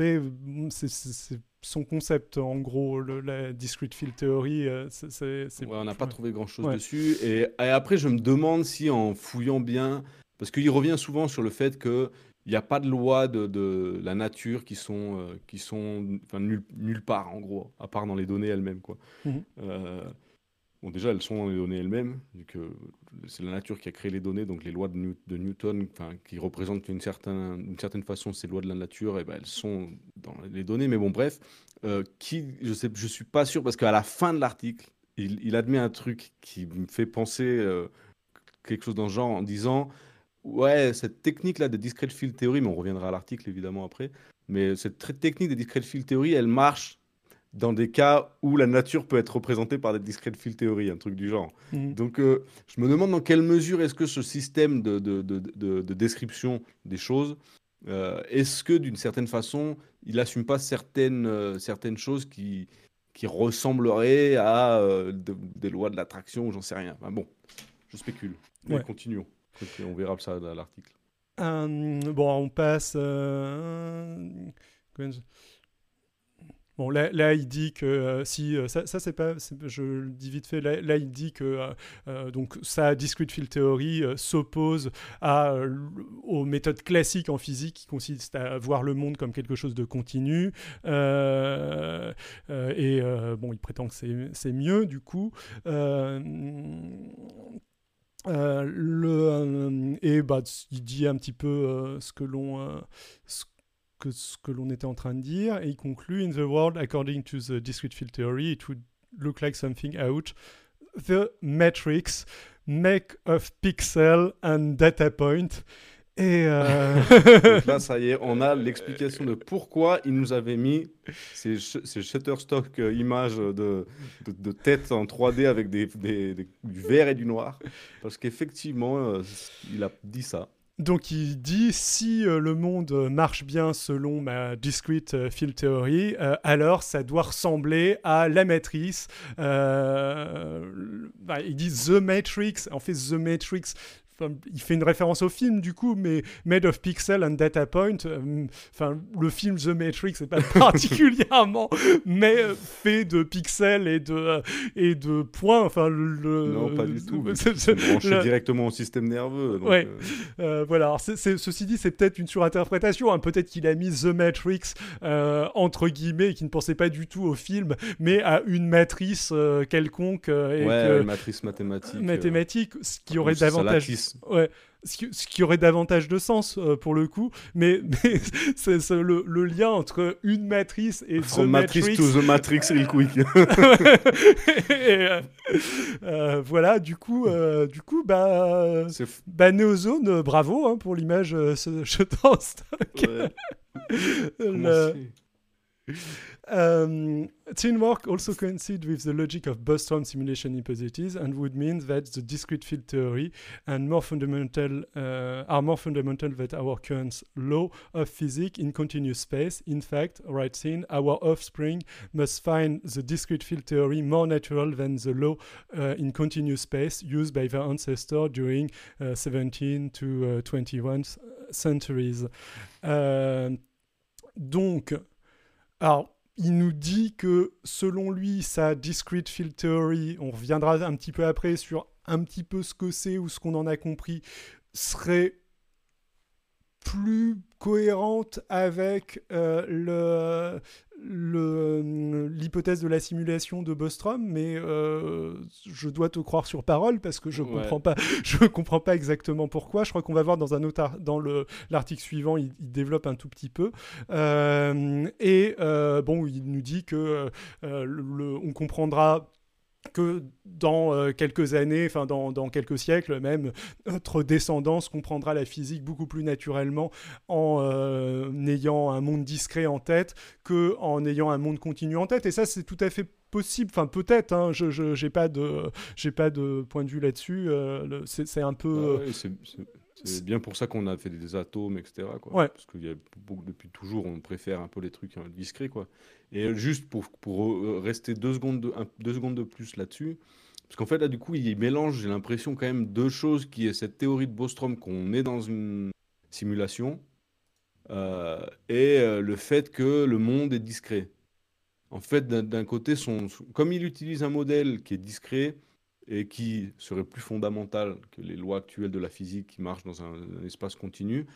son concept, en gros, la discrete field theory. On n'a pas trouvé grand-chose dessus, et après, je me demande si en fouillant bien... Parce qu'il revient souvent sur le fait qu'il n'y a pas de loi de la nature qui sont nulle part, en gros, à part dans les données elles-mêmes, quoi. Bon, déjà, elles sont dans les données elles-mêmes, vu que c'est la nature qui a créé les données, donc les lois de Newton, qui représentent d'une certaine façon ces lois de la nature, et ben, elles sont dans les données. Mais bon, bref, je suis pas sûr, parce qu'à la fin de l'article, il admet un truc qui me fait penser quelque chose dans ce genre, en disant... Ouais, cette technique-là de discrete field theory, mais on reviendra à l'article évidemment après, mais cette technique de discrete field theory, elle marche dans des cas où la nature peut être représentée par des discrete field theory, un truc du genre. Donc, je me demande dans quelle mesure est-ce que ce système de description des choses, est-ce que d'une certaine façon, il n'assume pas certaines choses qui ressembleraient à des lois de l'attraction, ou j'en sais rien. Enfin, bon, je spécule. Mais continuons. On verra ça dans l'article. Bon, on passe... Bon, là, il dit que si... ça c'est pas... je le dis vite fait. Là il dit que donc, sa discrete field theory s'oppose aux méthodes classiques en physique qui consistent à voir le monde comme quelque chose de continu. Bon, il prétend que c'est mieux, du coup. Il dit un petit peu ce que l'on était en train de dire, et il conclut: In the world, according to the discrete field theory, it would look like something out the matrix make of pixel and data point. Et donc là, ça y est, on a l'explication de pourquoi il nous avait mis ces Shutterstock images de tête en 3D avec du vert et du noir. Parce qu'effectivement, il a dit ça. Donc il dit, si le monde marche bien selon ma discrete field theory, alors ça doit ressembler à la matrice. Il dit The Matrix. En fait, The Matrix... il fait une référence au film du coup, mais made of pixel and data point. Le film The Matrix c'est pas particulièrement, mais fait de pixels et de points. Non, pas du tout. C'est branché directement au système nerveux. Donc, ouais. Voilà. Alors, ceci dit, c'est peut-être une surinterprétation. Hein. Peut-être qu'il a mis The Matrix entre guillemets et qu'il ne pensait pas du tout au film, mais à une matrice quelconque. Une matrice mathématique. Ce qui aurait davantage. Ouais, ce qui aurait davantage de sens pour le coup, mais c'est le lien entre une matrice et The Matrix. Matrix to The Matrix real quick. Voilà, du coup, Neozone, bravo hein, pour l'image Shutterstock. Teamwork also coincide with the logic of Bostrom simulation hypothesis and would mean that the discrete field theory are more fundamental than our current law of physics in continuous space. In fact, writes in, our offspring must find the discrete field theory more natural than the law in continuous space used by their ancestors during 17 to 21 centuries. Donc, alors, il nous dit que selon lui, sa discrete field theory, on reviendra un petit peu après sur un petit peu ce que c'est ou ce qu'on en a compris, serait plus cohérente avec l'hypothèse de la simulation de Bostrom, mais je dois te croire sur parole parce que je comprends pas exactement pourquoi. Je crois qu'on va voir dans un autre dans l'article suivant, il développe un tout petit peu. Bon, il nous dit que on comprendra que dans quelques années, enfin dans quelques siècles même, notre descendance comprendra la physique beaucoup plus naturellement en ayant un monde discret en tête qu'en ayant un monde continu en tête. Et ça, c'est tout à fait possible. Enfin, peut-être. Hein, je j'ai pas de point de vue là-dessus. C'est un peu. C'est bien pour ça qu'on a fait des atomes, etc. Quoi. Ouais. Parce que depuis toujours, on préfère un peu les trucs discrets. Quoi. Et juste pour rester 2 secondes de plus là-dessus, parce qu'en fait, là, du coup, il mélange, j'ai l'impression, quand même, deux choses qui est cette théorie de Bostrom qu'on est dans une simulation et le fait que le monde est discret. En fait, d'un côté, comme il utilise un modèle qui est discret, et qui serait plus fondamental que les lois actuelles de la physique qui marchent dans un espace continu.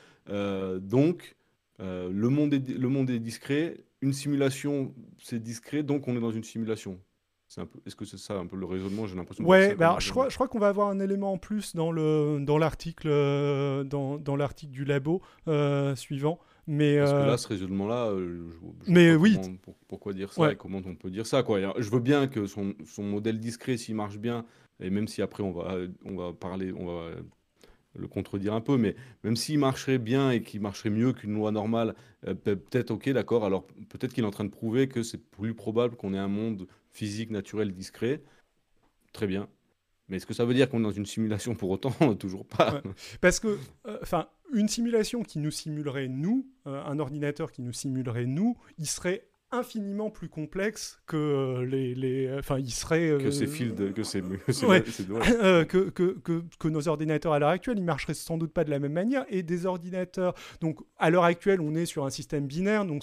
Le monde est discret, une simulation, c'est discret, donc on est dans une simulation. Est-ce que c'est ça un peu le raisonnement? J'ai l'impression de voir ça Ouais, comme bah, un je raisonnement. crois qu'on va avoir un élément en plus dans l'article dans l'article du labo suivant. Parce que là, ce raisonnement-là, je vois Mais pas oui, pourquoi dire ça ouais. et comment on peut dire ça, quoi. Et, je veux bien que son modèle discret, s'il marche bien, et même si après on va parler, on va le contredire un peu, mais même s'il marcherait bien et qu'il marcherait mieux qu'une loi normale, peut-être, ok, d'accord, alors peut-être qu'il est en train de prouver que c'est plus probable qu'on ait un monde physique, naturel, discret. Très bien. Mais est-ce que ça veut dire qu'on est dans une simulation pour autant? Toujours pas. Ouais. Parce que, une simulation qui nous simulerait nous, un ordinateur qui nous simulerait nous, il serait infiniment plus complexe que il serait Que c'est field, ouais, voilà. que nos ordinateurs à l'heure actuelle, ils marcheraient sans doute pas de la même manière. Et des ordinateurs, donc à l'heure actuelle, on est sur un système binaire, donc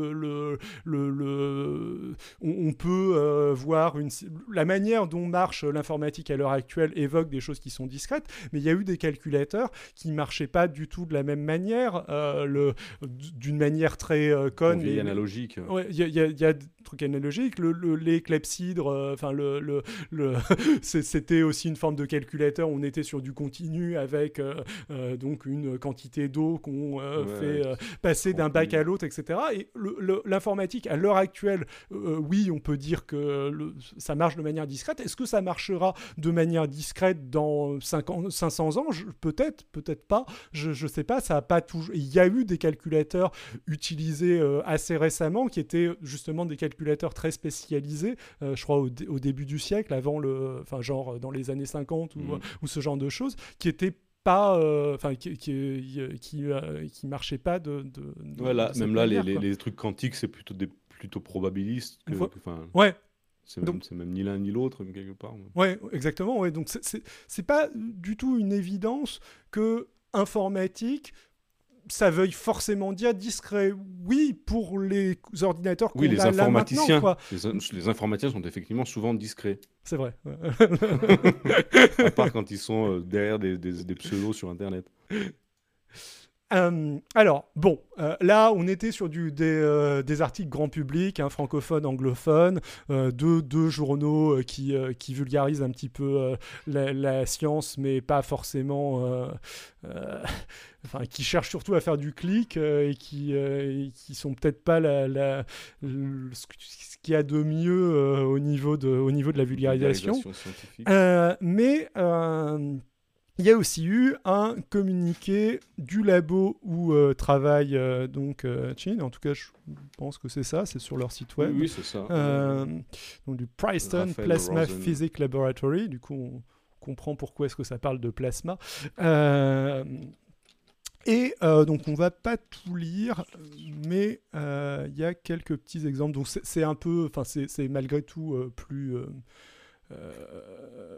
on peut voir la manière dont marche l'informatique à l'heure actuelle évoque des choses qui sont discrètes, mais il y a eu des calculateurs qui marchaient pas du tout de la même manière, d'une manière très conne. Et analogique. Ouais, il y a des trucs analogiques. Les clepsydres, c'était aussi une forme de calculateur. On était sur du continu avec donc une quantité d'eau qu'on fait passer d'un bac à l'autre, etc. Et l'informatique, à l'heure actuelle, oui, on peut dire que ça marche de manière discrète. Est-ce que ça marchera de manière discrète dans 500 ans? Peut-être, peut-être pas. Je sais pas. Ça a pas toujours. Il y a eu des calculateurs utilisés assez récemment qui étaient justement des calculateurs très spécialisés, je crois au début du siècle, genre dans les années 50 ou ce genre de choses, qui étaient pas, qui marchaient pas Voilà, de cette même là, manière, les trucs quantiques, c'est plutôt probabiliste ouais. C'est même ni l'un ni l'autre, quelque part. Ouais, exactement. Ouais. Donc c'est pas du tout une évidence que informatique ça veuille forcément dire discret. Oui, pour les ordinateurs qu'on a là maintenant, quoi. Les informaticiens sont effectivement souvent discrets. C'est vrai. À part quand ils sont derrière des pseudos sur Internet. Alors, bon, là, on était sur des articles grand public, francophones, anglophones, deux journaux qui vulgarisent un petit peu la science, mais pas forcément... qui cherchent surtout à faire du clic et qui sont peut-être pas ce qu'il y a de mieux au niveau de la vulgarisation scientifique. Mais il y a aussi eu un communiqué du labo où travaille Chin. En tout cas, je pense que c'est ça, c'est sur leur site web. Oui, c'est ça. Donc du Princeton Plasma Physics Laboratory. Du coup, on comprend pourquoi est-ce que ça parle de plasma. Donc on va pas tout lire, mais il y a quelques petits exemples. Donc c'est un peu, c'est malgré tout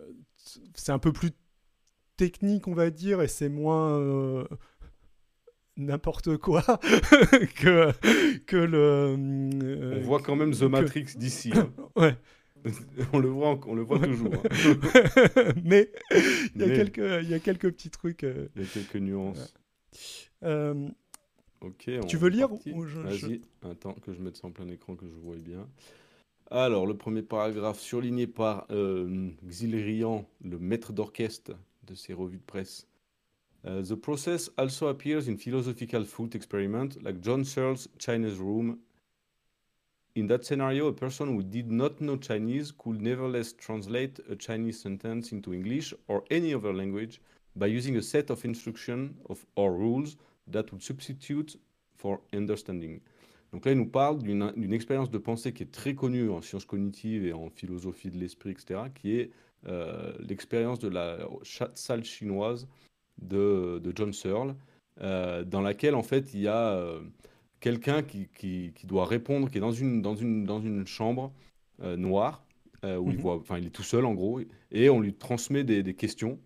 c'est un peu plus technique, on va dire, et c'est moins n'importe quoi que, que le... On voit quand même The Matrix d'ici. Hein. Ouais. On le voit Ouais. toujours. Hein. Mais il y Mais a quelques petits trucs. il y a quelques nuances. Euh, Ok, Tu on veux est lire parti. ou Vas-y, attends que je mette ça en plein écran que je voie bien. Alors, le premier paragraphe surligné par Xilrian, le maître d'orchestre de ces revues de presse. The process also appears in philosophical thought experiment like John Searle's Chinese Room. In that scenario, a person who did not know Chinese could nevertheless translate a Chinese sentence into English or any other language by using a set of instructions or rules that would substitute for understanding. Donc là, il nous parle d'une expérience de pensée qui est très connue en sciences cognitives et en philosophie de l'esprit, etc., qui est l'expérience de la salle chinoise de John Searle, dans laquelle, en fait, il y a quelqu'un qui doit répondre, qui est dans une chambre noire, où Mhm. il est tout seul, en gros, et on lui transmet des questions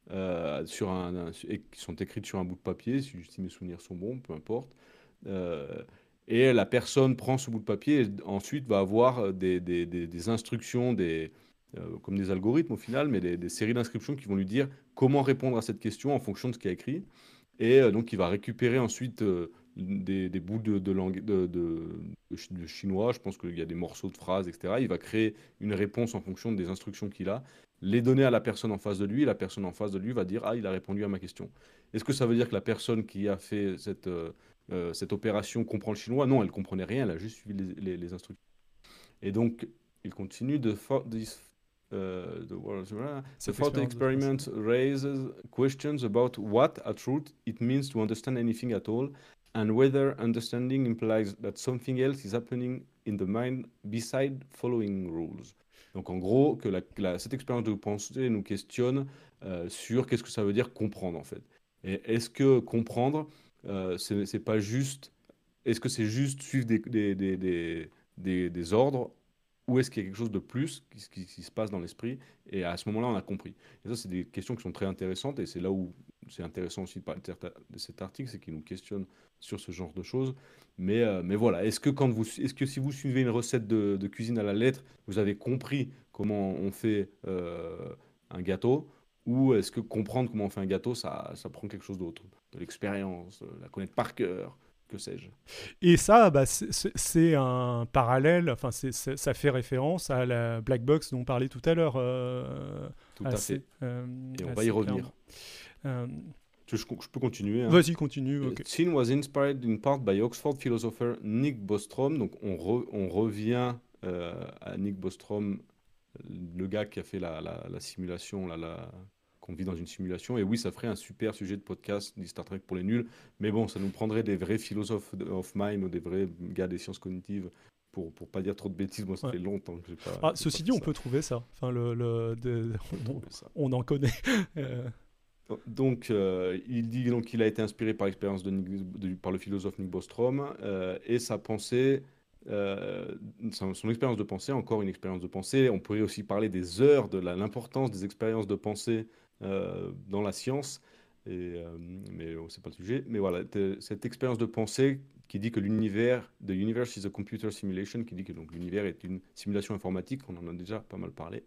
et qui sont écrites sur un bout de papier, si mes souvenirs sont bons, peu importe. Euh, et la personne prend ce bout de papier et ensuite va avoir des instructions, comme des algorithmes au final, mais des séries d'inscriptions qui vont lui dire comment répondre à cette question en fonction de ce qu'il y a écrit. Et donc il va récupérer ensuite des bouts de langue de chinois, je pense qu'il y a des morceaux de phrases, etc. Il va créer une réponse en fonction des instructions qu'il a, les donner à la personne en face de lui, et la personne en face de lui va dire ah, il a répondu à ma question. Est-ce que ça veut dire que la personne qui a fait cette opération comprend le chinois? Non, elle comprenait rien, elle a juste suivi les instructions. Et donc, il continue the Cette thought expérience de pensée. experiment raises questions about what, at root, it means to understand anything at all, and whether understanding implies that something else is happening in the mind beside following rules. Donc en gros, cette expérience de pensée nous questionne sur qu'est-ce que ça veut dire comprendre en fait. Et est-ce que comprendre, c'est pas juste, est-ce que c'est juste suivre des ordres ou est-ce qu'il y a quelque chose de plus qui se passe dans l'esprit? Et à ce moment-là, on a compris. Et ça, c'est des questions qui sont très intéressantes. Et c'est là où c'est intéressant aussi de parler de cet article, c'est qu'il nous questionne sur ce genre de choses. Mais voilà, est-ce que si vous suivez une recette de cuisine à la lettre, vous avez compris comment on fait un gâteau? Ou est-ce que comprendre comment on fait un gâteau, ça prend quelque chose d'autre? De l'expérience, la connaître par cœur, que sais-je? Et ça, bah, c'est un parallèle, enfin, ça fait référence à la black box dont on parlait tout à l'heure. Tout à fait. Et on va y assez revenir. clairement. Euh, Je peux continuer. Hein. Vas-y, continue. Ok. Scene was inspired in part by Oxford philosopher Nick Bostrom. Donc on revient à Nick Bostrom, le gars qui a fait la simulation, qu'on vit dans une simulation. Et oui, ça ferait un super sujet de podcast, dit Star Trek pour les nuls. Mais bon, ça nous prendrait des vrais philosophes of mind ou des vrais gars des sciences cognitives. Pour pas dire trop de bêtises, moi ça Ouais. fait longtemps que j'ai pas. Ah, j'ai ceci pas dit, fait on ça. peut trouver ça. Enfin, On peut trouver ça. on en connaît. Euh, Donc, il dit donc qu'il a été inspiré par l'expérience par le philosophe Nick Bostrom et sa pensée, son expérience de pensée, encore une expérience de pensée. On pourrait aussi parler des heures de l'importance des expériences de pensée dans la science, mais c'est pas le sujet. Mais voilà, cette expérience de pensée qui dit que the universe is a computer simulation, qui dit que donc l'univers est une simulation informatique, on en a déjà pas mal parlé.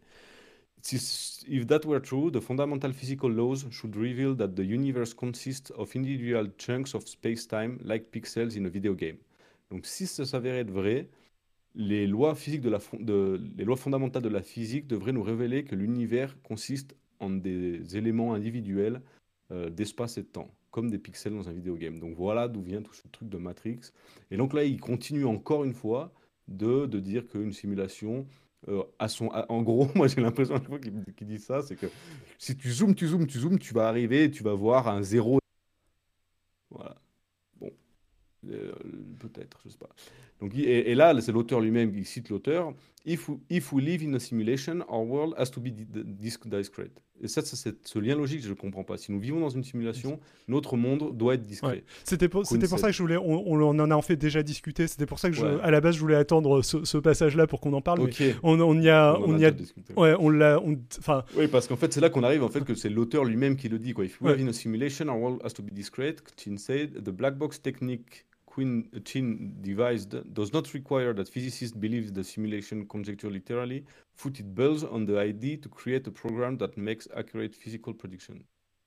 If that were true, the fundamental physical laws should reveal that the universe consists of individual chunks of space-time like pixels in a video game. Donc si ça s'avérait être vrai, les lois fondamentales de la physique devraient nous révéler que l'univers consiste en des éléments individuels d'espace et de temps, comme des pixels dans un vidéogame. Donc voilà d'où vient tout ce truc de Matrix. Et donc là, il continue encore une fois de dire qu'une simulation, en gros, moi j'ai l'impression à chaque fois qu'il dit ça, c'est que si tu zoomes, tu vas arriver et tu vas voir un zéro. Voilà. Bon, peut-être, je sais pas. Donc, et là, c'est l'auteur lui-même qui cite l'auteur. If we live in a simulation, our world has to be discrete. Et ça, c'est ce lien logique, je ne comprends pas. Si nous vivons dans une simulation, notre monde doit être discret. Ouais. C'était pour ça que je voulais. On en a en fait déjà discuté. C'était pour ça que à la base, je voulais attendre ce passage-là pour qu'on en parle. Okay. Mais on y a discuté. Ouais, on l'a. Oui, parce qu'en fait, c'est là qu'on arrive, en fait, que c'est l'auteur lui-même qui le dit, quoi. If we live in a simulation, our world has to be discrete. Chin said, the black box technique Chin devised does not require that physicists believe the simulation conjecture literally, but it builds on the idea to create a program that makes accurate physical prediction.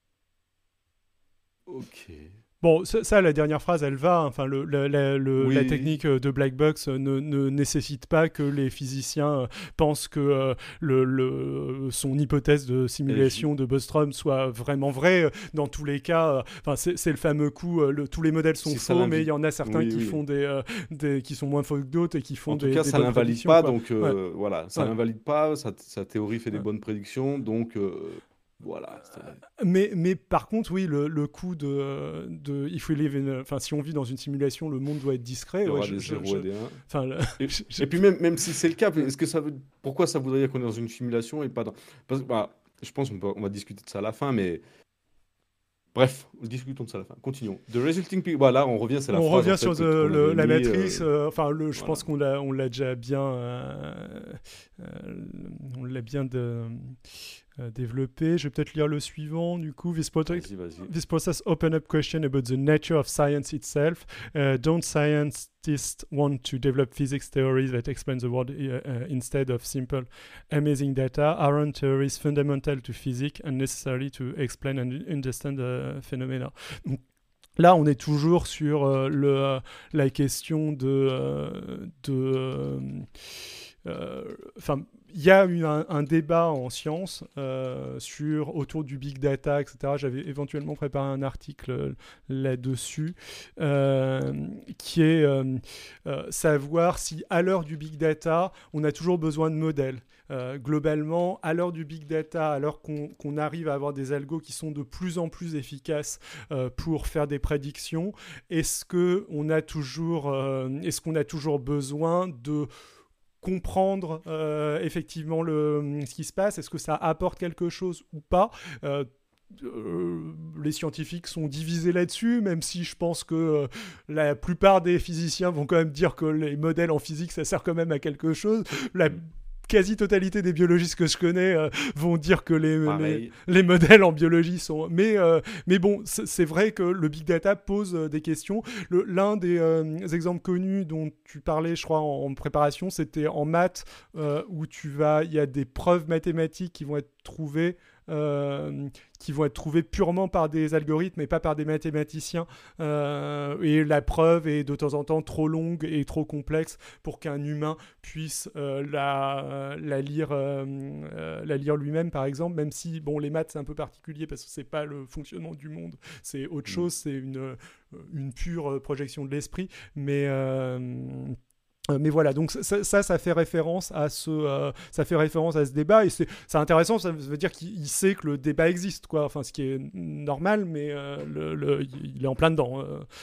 Ok. Bon, ça, la dernière phrase, elle va. Enfin, la technique de Black Box ne nécessite pas que les physiciens pensent que son hypothèse de simulation de Bostrom soit vraiment vraie. Dans tous les cas, c'est le fameux coup. Tous les modèles sont faux, mais il y en a certains qui font qui sont moins faux que d'autres et qui font des. En tout cas, ça l'invalide pas. Donc voilà, ça l'invalide pas. Sa théorie fait des bonnes prédictions. Donc voilà. Mais par contre, oui, le coup de if we live in, si on vit dans une simulation, le monde doit être discret. Il y aura des 0 et des 1. Et puis même si c'est le cas, est-ce que pourquoi ça voudrait dire qu'on est dans une simulation et pas dans... Parce que, je pense qu'on va discuter de ça à la fin, mais bref, discutons de ça à la fin. Continuons. The resulting people. Voilà, on revient, c'est la phrase. On revient sur la matrice. Je pense qu'on l'a déjà bien. On l'a bien développé. Je vais peut-être lire le suivant. Du coup, this process open up question about the nature of science itself. Don't scientists want to develop physics theories that explain the world instead of simple, amazing data? Aren't theories fundamental to physics and necessary to explain and understand the phenomena? Donc, là, on est toujours sur la question il y a eu un débat en sciences autour du big data, etc. J'avais éventuellement préparé un article là-dessus qui est savoir si à l'heure du big data, on a toujours besoin de modèles. Globalement, à l'heure du big data, alors qu'on arrive à avoir des algos qui sont de plus en plus efficaces pour faire des prédictions, est-ce qu'on a toujours besoin de comprendre effectivement ce qui se passe? Est-ce que ça apporte quelque chose ou pas? Les scientifiques sont divisés là-dessus, même si je pense que la plupart des physiciens vont quand même dire que les modèles en physique, ça sert quand même à quelque chose. La quasi-totalité des biologistes que je connais vont dire que les modèles en biologie sont... Mais bon, c'est vrai que le big data pose des questions. L'un des exemples connus dont tu parlais, je crois, en préparation, c'était en maths, où il y a des preuves mathématiques qui vont être trouvées purement par des algorithmes et pas par des mathématiciens, et la preuve est de temps en temps trop longue et trop complexe pour qu'un humain puisse la lire lui-même, par exemple, même si les maths c'est un peu particulier parce que c'est pas le fonctionnement du monde, c'est autre chose, c'est une pure projection de l'esprit, mais voilà, donc ça fait référence à ce débat, et c'est intéressant. Ça veut dire qu'il sait que le débat existe, quoi. Enfin, ce qui est normal, mais il est en plein dedans.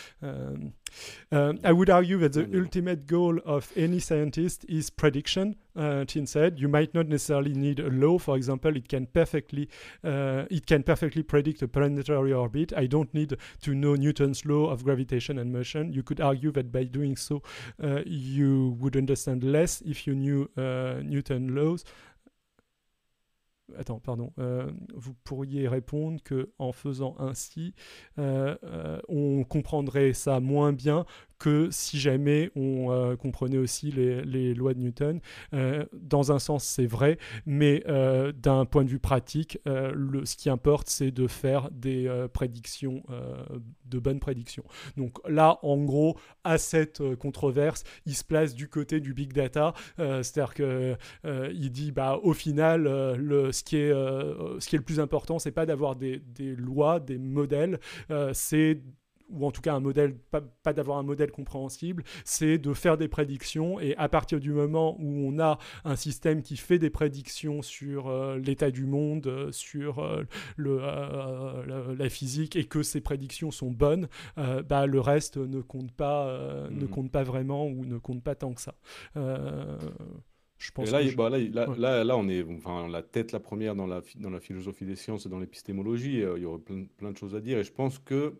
I would argue that the ultimate goal of any scientist is prediction. Chin said, you might not necessarily need a law. For example, it can perfectly predict a planetary orbit. I don't need to know Newton's law of gravitation and motion. You could argue that by doing so, you would understand less if you knew Newton's laws. Attends, pardon. Vous pourriez répondre qu'en faisant ainsi, on comprendrait ça moins bien que si jamais on comprenait aussi les lois de Newton. Dans un sens, c'est vrai, mais d'un point de vue pratique, ce qui importe, c'est de faire des prédictions, de bonnes prédictions. Donc là, en gros, à cette controverse, il se place du côté du big data, c'est-à-dire qu'il dit, au final, ce qui est le plus important, c'est pas d'avoir des lois, des modèles, ou en tout cas un modèle, pas d'avoir un modèle compréhensible, c'est de faire des prédictions, et à partir du moment où on a un système qui fait des prédictions sur l'état du monde, sur la physique, et que ces prédictions sont bonnes, le reste ne compte pas vraiment, ou ne compte pas tant que ça. Je Et pense là, que ouais. on est enfin, la tête la première dans dans la philosophie des sciences et dans l'épistémologie. Il y aurait plein de choses à dire. Et je pense que,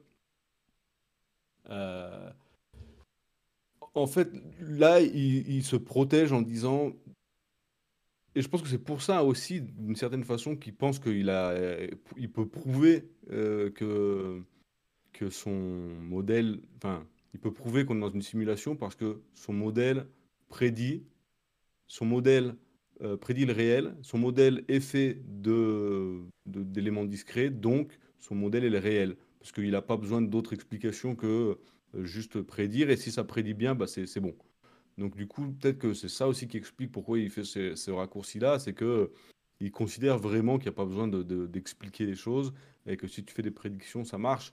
euh, en fait, là, il se protège en disant, et je pense que c'est pour ça aussi, d'une certaine façon, qu'il pense il peut prouver que son modèle, enfin, il peut prouver qu'on est dans une simulation parce que prédit, son modèle prédit le réel, son modèle est fait d'éléments discrets, donc son modèle est le réel. Parce qu'il n'a pas besoin d'autres explications que juste prédire, et si ça prédit bien, bah c'est bon. Donc du coup, peut-être que c'est ça aussi qui explique pourquoi il fait ce raccourci-là, c'est que il considère vraiment qu'il n'y a pas besoin d'expliquer les choses, et que si tu fais des prédictions, ça marche.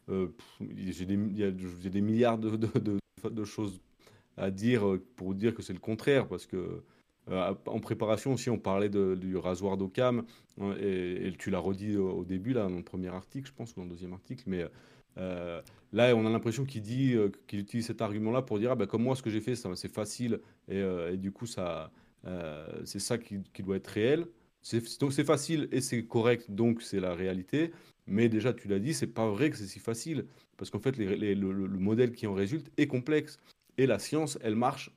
J'ai des milliards de choses à dire pour dire que c'est le contraire, parce que en préparation aussi, on parlait du rasoir d'Occam, hein, et tu l'as redit au début, là, dans le premier article, je pense, ou dans le deuxième article, mais euh, là, on a l'impression qu'il utilise cet argument-là pour dire, ah, bah, comme moi, ce que j'ai fait, c'est facile, et du coup, c'est ça qui doit être réel. Donc c'est facile et c'est correct, donc c'est la réalité. Mais déjà, tu l'as dit, c'est pas vrai que c'est si facile, parce qu'en fait, le modèle qui en résulte est complexe. Et la science, elle marche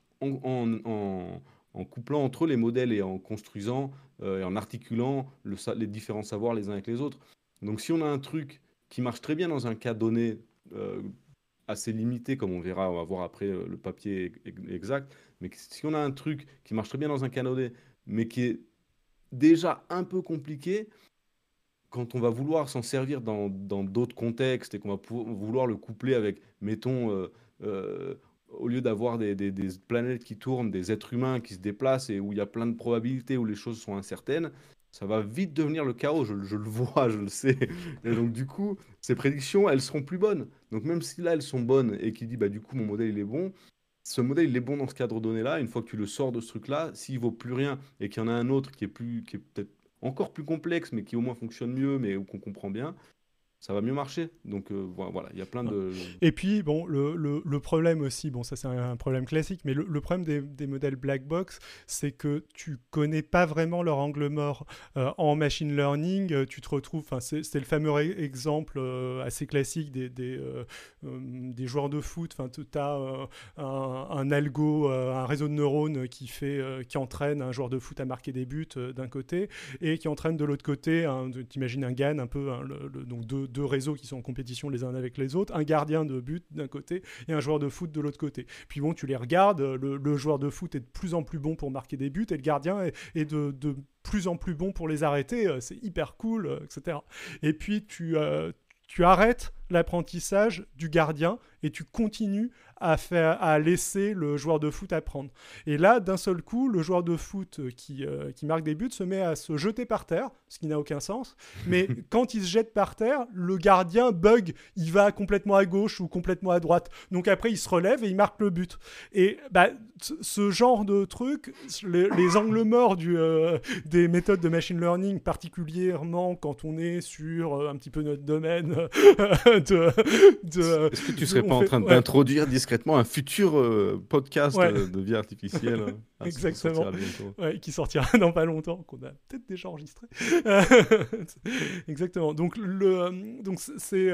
en couplant entre les modèles et en construisant et en articulant les différents savoirs les uns avec les autres. Donc si on a un truc qui marche très bien dans un cas donné euh, assez limité, comme on va voir après le papier exact, mais si on a un truc qui marche très bien dans un cas donné, mais qui est déjà un peu compliqué, quand on va vouloir s'en servir dans d'autres contextes et qu'on va vouloir le coupler avec, mettons, euh, au lieu d'avoir des planètes qui tournent, des êtres humains qui se déplacent et où il y a plein de probabilités, où les choses sont incertaines, ça va vite devenir le chaos, je le vois, je le sais. Et donc du coup, ces prédictions, elles seront plus bonnes. Donc même si là, elles sont bonnes et qu'il dit, bah du coup, mon modèle, il est bon, ce modèle, il est bon dans ce cadre donné-là. Une fois que tu le sors de ce truc-là, s'il vaut plus rien et qu'il y en a un autre qui est peut-être encore plus complexe, mais qui au moins fonctionne mieux, mais qu'on comprend bien, ça va mieux marcher. Donc voilà, il y a plein Ouais. de... Et puis, bon, le problème aussi, bon, ça c'est un problème classique, mais le problème des modèles black box, c'est que tu connais pas vraiment leur angle mort. En machine learning, tu te retrouves, c'est le fameux exemple assez classique des joueurs de foot. Tu as un algo, un réseau de neurones qui entraîne un joueur de foot à marquer des buts d'un côté, et qui entraîne de l'autre côté, t'imagines un GAN un peu, hein, donc deux réseaux qui sont en compétition les uns avec les autres, un gardien de but d'un côté et un joueur de foot de l'autre côté. Puis bon, tu les regardes, le joueur de foot est de plus en plus bon pour marquer des buts et le gardien est de plus en plus bon pour les arrêter, c'est hyper cool, etc. Et puis tu arrêtes l'apprentissage du gardien et tu continues à laisser le joueur de foot apprendre. Et là, d'un seul coup, le joueur de foot qui marque des buts se met à se jeter par terre, ce qui n'a aucun sens. Mais quand il se jette par terre, le gardien bug, il va complètement à gauche ou complètement à droite. Donc après, il se relève et il marque le but. Et bah, ce genre de truc, les angles morts des méthodes de machine learning, particulièrement quand on est sur un petit peu notre domaine Est-ce que tu serais pas en train d'introduire discrètement un futur podcast de vie artificielle qui exactement, sortira bientôt. qui sortira dans pas longtemps, qu'on a peut-être déjà enregistré. Exactement. Donc c'est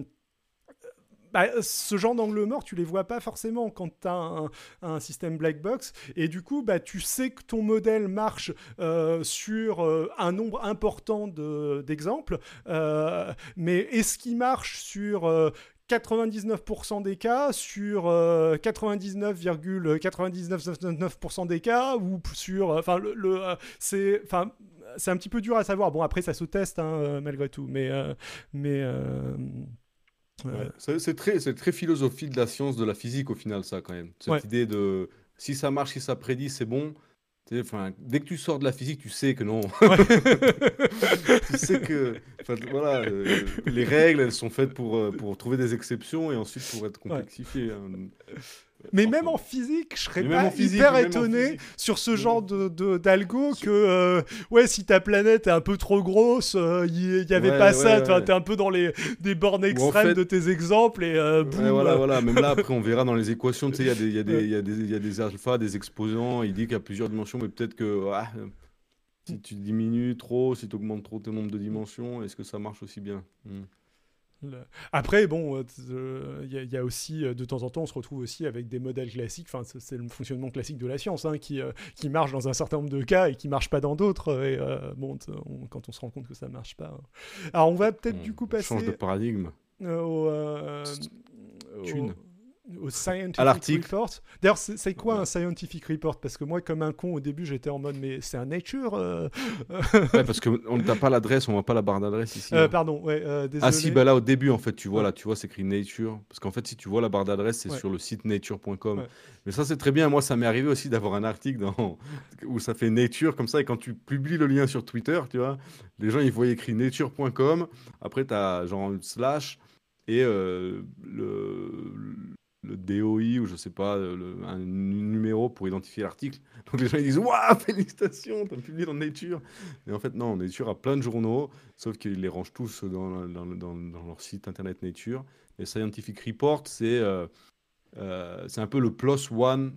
ce genre d'angle mort, tu les vois pas forcément quand tu as un système black box. Et du coup, tu sais que ton modèle marche sur un nombre important d'exemples. Mais est-ce qu'il marche sur 99% des cas, sur 99,9999% des cas, ou sur... c'est un petit peu dur à savoir. Bon, après, ça se teste, hein, malgré tout. Mais Ouais. C'est très philosophie de la science, de la physique au final, ça quand même. ouais. Cette idée de si ça marche, si ça prédit, c'est bon. Enfin, dès que tu sors de la physique, tu sais que non. Ouais. Tu sais que voilà, les règles, elles sont faites pour trouver des exceptions et ensuite pour être Ouais. complexifiées, hein. Mais même en physique, je serais pas hyper étonné sur ce genre d'algo que si ta planète est un peu trop grosse, il y avait pas ça. T'es un peu dans des bornes extrêmes de tes exemples et boum. Voilà. Même là, après, on verra dans les équations. Tu sais, il y a des alphas, des exposants. Il dit qu'il y a plusieurs dimensions, mais peut-être que si tu diminues trop, si tu augmentes trop ton nombre de dimensions, est-ce que ça marche aussi bien? Après, bon, il y a aussi, de temps en temps, on se retrouve aussi avec des modèles classiques. Enfin, c'est le fonctionnement classique de la science, qui marche dans un certain nombre de cas et qui marche pas dans d'autres. Et quand on se rend compte que ça marche pas. Alors, on va peut-être du coup passer. Change de paradigme. Au Scientific Report. D'ailleurs, c'est quoi un Scientific Report? Parce que moi, comme un con, au début, j'étais en mode, mais c'est un Nature Ouais, parce qu'on n'a pas l'adresse, on voit pas la barre d'adresse ici. Pardon, désolé. Ah si, là, au début, en fait, tu vois, c'est écrit Nature. Parce qu'en fait, si tu vois la barre d'adresse, c'est sur le site nature.com. Ouais. Mais ça, c'est très bien. Moi, ça m'est arrivé aussi d'avoir un article où ça fait Nature, comme ça, et quand tu publies le lien sur Twitter, tu vois, les gens, ils voient écrit nature.com. Après, tu as genre une slash et le DOI ou je sais pas, un numéro pour identifier l'article. Donc les gens ils disent waouh, félicitations, t'as publié dans Nature. Et en fait, non, Nature a plein de journaux, sauf qu'ils les rangent tous dans leur site internet Nature. Et Scientific Report, c'est un peu le plus one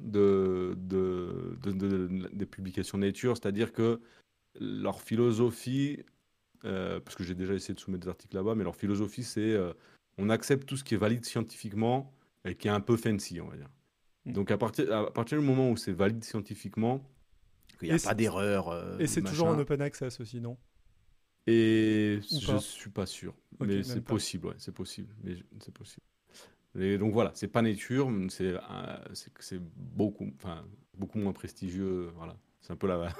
des publications Nature, c'est-à-dire que leur philosophie, parce que j'ai déjà essayé de soumettre des articles là-bas, mais leur philosophie, c'est on accepte tout ce qui est valide scientifiquement et qui est un peu fancy, on va dire. Donc, à partir du moment où c'est valide scientifiquement, qu'il n'y a pas d'erreur. Et c'est toujours en open access aussi, non? Et je ne suis pas sûr. Okay, mais c'est possible, c'est possible. Mais c'est possible. Et donc voilà, c'est pas Nature, c'est beaucoup moins prestigieux. Voilà. C'est un peu la.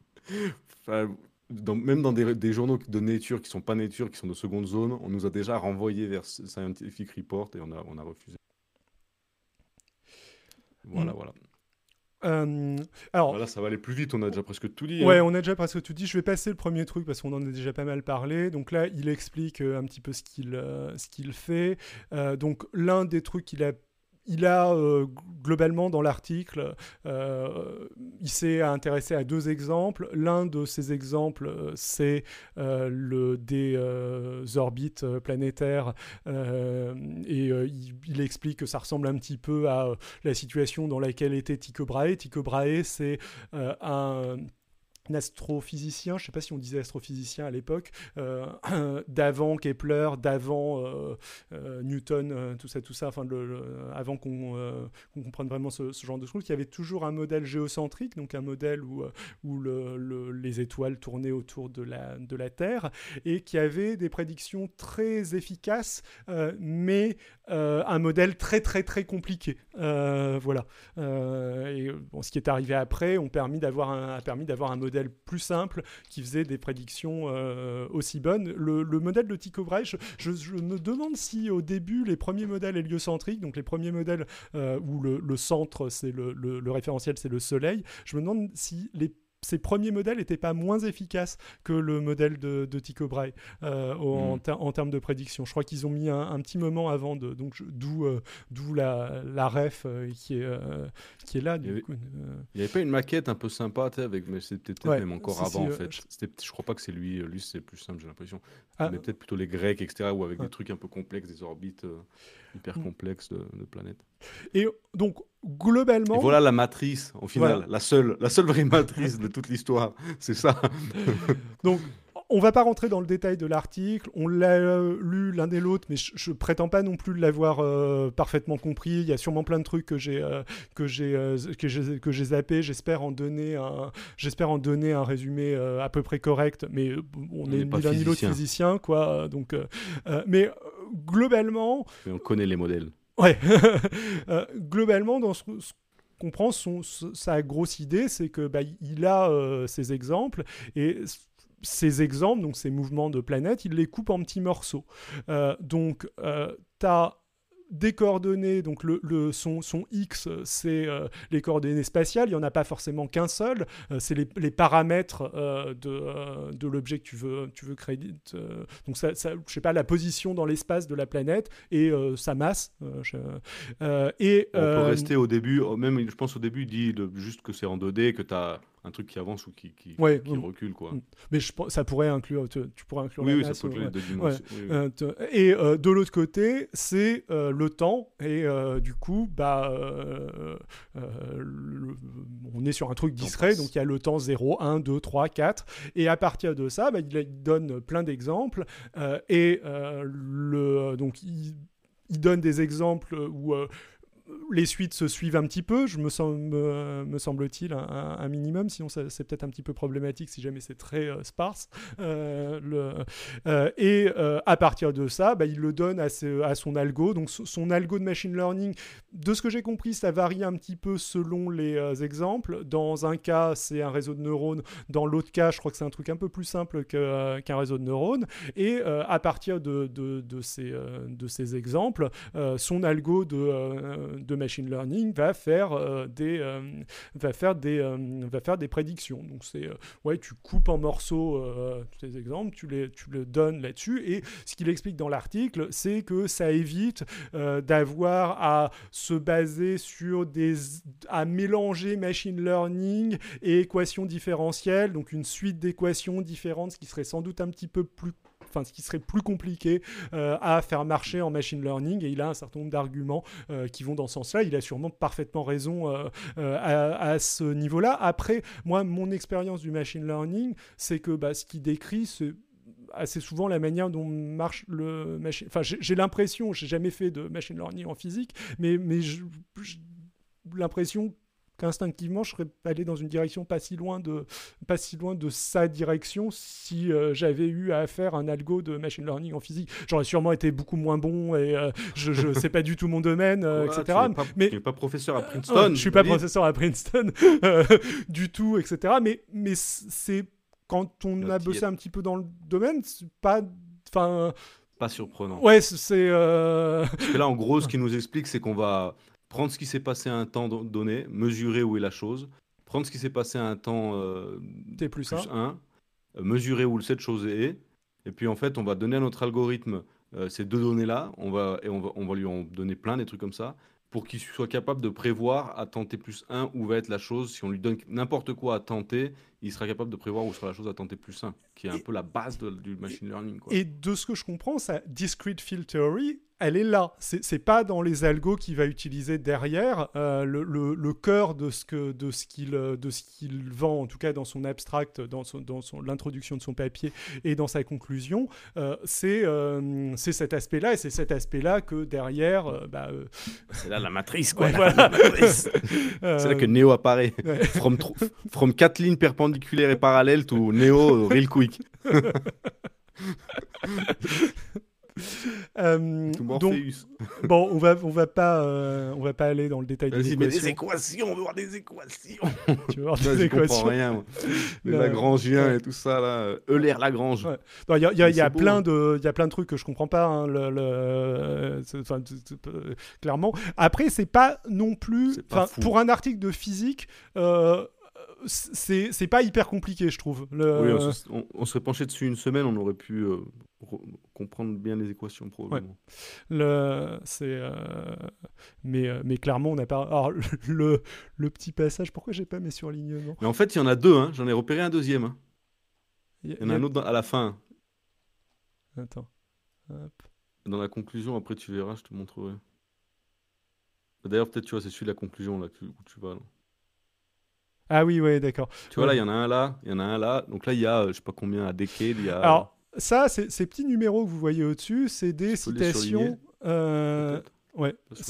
Même dans des journaux de Nature qui ne sont pas Nature, qui sont de seconde zone, on nous a déjà renvoyé vers Scientific Report et on a refusé. Voilà. Alors, voilà, ça va aller plus vite, on a déjà presque tout dit. Ouais, on a déjà presque tout dit. Je vais passer le premier truc parce qu'on en a déjà pas mal parlé. Donc là, il explique un petit peu ce qu'il fait. Donc l'un des trucs qu'il a globalement dans l'article, il s'est intéressé à 2 exemples. L'un de ces exemples, c'est des orbites planétaires, et il explique que ça ressemble un petit peu à la situation dans laquelle était Tycho Brahe. Tycho Brahe, c'est un astrophysicien, je ne sais pas si on disait astrophysicien à l'époque, d'avant Kepler, d'avant Newton, tout ça, enfin avant qu'on comprenne vraiment ce genre de choses, il y avait toujours un modèle géocentrique, donc un modèle où les étoiles tournaient autour de la Terre, et qui avait des prédictions très efficaces, mais un modèle très très très compliqué. Voilà. Et ce qui est arrivé après a permis d'avoir un modèle plus simple qui faisait des prédictions aussi bonnes. Le modèle de Tycho Brahe, je me demande si au début les premiers modèles héliocentriques, donc les premiers modèles où le centre c'est le référentiel c'est le Soleil, je me demande si ces premiers modèles n'étaient pas moins efficaces que le modèle de Tycho Brahe en termes de prédiction. Je crois qu'ils ont mis un petit moment avant, d'où la ref qui est là. Il n'y avait pas une maquette un peu sympa, mais c'était peut-être même encore avant en fait. Je crois pas que c'est lui c'est plus simple, j'ai l'impression. Mais peut-être plutôt les Grecs, etc., ou avec des trucs un peu complexes, des orbites hyper complexes de planètes. Et donc, globalement... Et voilà la matrice, au final, la seule vraie matrice de toute l'histoire, c'est ça. Donc, on va pas rentrer dans le détail de l'article, on l'a lu l'un et l'autre, mais je prétends pas non plus l'avoir parfaitement compris. Il y a sûrement plein de trucs que j'ai zappé. J'espère en donner un résumé à peu près correct, mais on est ni l'un ni l'autre physicien, quoi. Donc, mais globalement... Mais on connaît les modèles. Ouais. Globalement, dans ce qu'on prend, sa grosse idée, c'est que il a ces exemples, et ces exemples, donc ces mouvements de planètes, il les coupe en petits morceaux. Donc, tu as des coordonnées, donc son X, c'est les coordonnées spatiales, il n'y en a pas forcément qu'un seul, c'est les paramètres de l'objet que tu veux créer, donc ça, je sais pas, la position dans l'espace de la planète et sa masse. On peut rester au début, même je pense au début, il dit juste que c'est en 2D, que tu as un truc qui avance ou qui recule, quoi. Mais ça pourrait inclure, tu pourrais inclure la masse. Oui, ça peut inclure les 2 dimensions. Ouais. Oui. Et de l'autre côté, c'est le temps. Et du coup, on est sur un truc discret. Donc, il y a le temps 0, 1, 2, 3, 4. Et à partir de ça, il donne plein d'exemples. Donc, il donne des exemples où... les suites se suivent un petit peu, me semble-t-il, un minimum, sinon c'est peut-être un petit peu problématique si jamais c'est très sparse. Et à partir de ça, il le donne à son algo. Donc son algo de machine learning, de ce que j'ai compris, ça varie un petit peu selon les exemples. Dans un cas, c'est un réseau de neurones. Dans l'autre cas, je crois que c'est un truc un peu plus simple qu'un réseau de neurones. Et à partir de ces exemples, son algo de machine learning va faire des prédictions. Donc tu coupes en morceaux tes exemples, tu le donnes là-dessus, et ce qu'il explique dans l'article, c'est que ça évite d'avoir à se baser à mélanger machine learning et équations différentielles, donc une suite d'équations différentes, ce qui serait sans doute un petit peu plus ce qui serait plus compliqué à faire marcher en machine learning, et il a un certain nombre d'arguments qui vont dans ce sens-là. Il a sûrement parfaitement raison à ce niveau-là. Après, moi, mon expérience du machine learning, c'est que ce qu'il décrit, c'est assez souvent la manière dont marche le machine... Enfin, j'ai l'impression, j'ai jamais fait de machine learning en physique, mais j'ai l'impression qu'instinctivement, je serais allé dans une direction pas si loin de sa direction si j'avais eu à faire un algo de machine learning en physique. J'aurais sûrement été beaucoup moins bon, et je sais pas du tout mon domaine, etc. Tu n'es pas professeur à Princeton. Je suis pas professeur à Princeton du tout, etc. Mais c'est quand on a bossé un petit peu dans le domaine, c'est pas... Pas surprenant. Ouais, c'est... Parce que là, en gros, ce qu'il nous explique, c'est qu'on va prendre ce qui s'est passé à un temps donné, mesurer où est la chose, prendre ce qui s'est passé à un temps T plus 1, mesurer où cette chose est, et puis en fait, on va donner à notre algorithme ces 2 données-là, on va lui en donner plein, des trucs comme ça, pour qu'il soit capable de prévoir à temps T plus 1 où va être la chose. Si on lui donne n'importe quoi à temps T, il sera capable de prévoir où sera la chose à temps T plus 1, qui est un peu la base du machine learning, quoi. Et de ce que je comprends, ça, discrete field theory, elle est là. C'est pas dans les algos qu'il va utiliser derrière. Le cœur de ce qu'il vend, en tout cas dans son abstract, dans l'introduction de son papier et dans sa conclusion, c'est cet aspect-là, et c'est cet aspect-là que derrière... c'est là la matrice, quoi. Ouais, voilà. C'est là que Neo apparaît. Ouais. From 4 lignes perpendiculaires et parallèles to Neo real quick. Donc, bon, on va pas aller dans le détail des équations. Mais des équations, on veut voir des équations. Tu veux voir des équations? Je comprends rien, moi. Les Lagrangiens et tout ça là, Euler-Lagrange. Il y a plein de trucs que je comprends pas, hein, clairement. Après, c'est pas non plus, pour un article de physique. C'est pas hyper compliqué, je trouve. Oui, on serait penché dessus une semaine, on aurait pu comprendre bien les équations, probablement. Ouais. Mais clairement, on n'a pas... Alors, le petit passage, pourquoi j'ai pas mes surlignements? Mais en fait, il y en a 2, hein. J'en ai repéré un deuxième. Hein. Il y en a un autre à la fin. Attends. Hop. Dans la conclusion, après tu verras, je te montrerai. D'ailleurs, peut-être, tu vois, c'est celui de la conclusion là, où tu vas. Là. Ah oui, ouais, d'accord. Tu vois, là, il y en a un là. Donc là, il y a, je sais pas combien, à decade, il y a... Alors, ça, ces petits numéros que vous voyez au-dessus, c'est des citations... Ouais.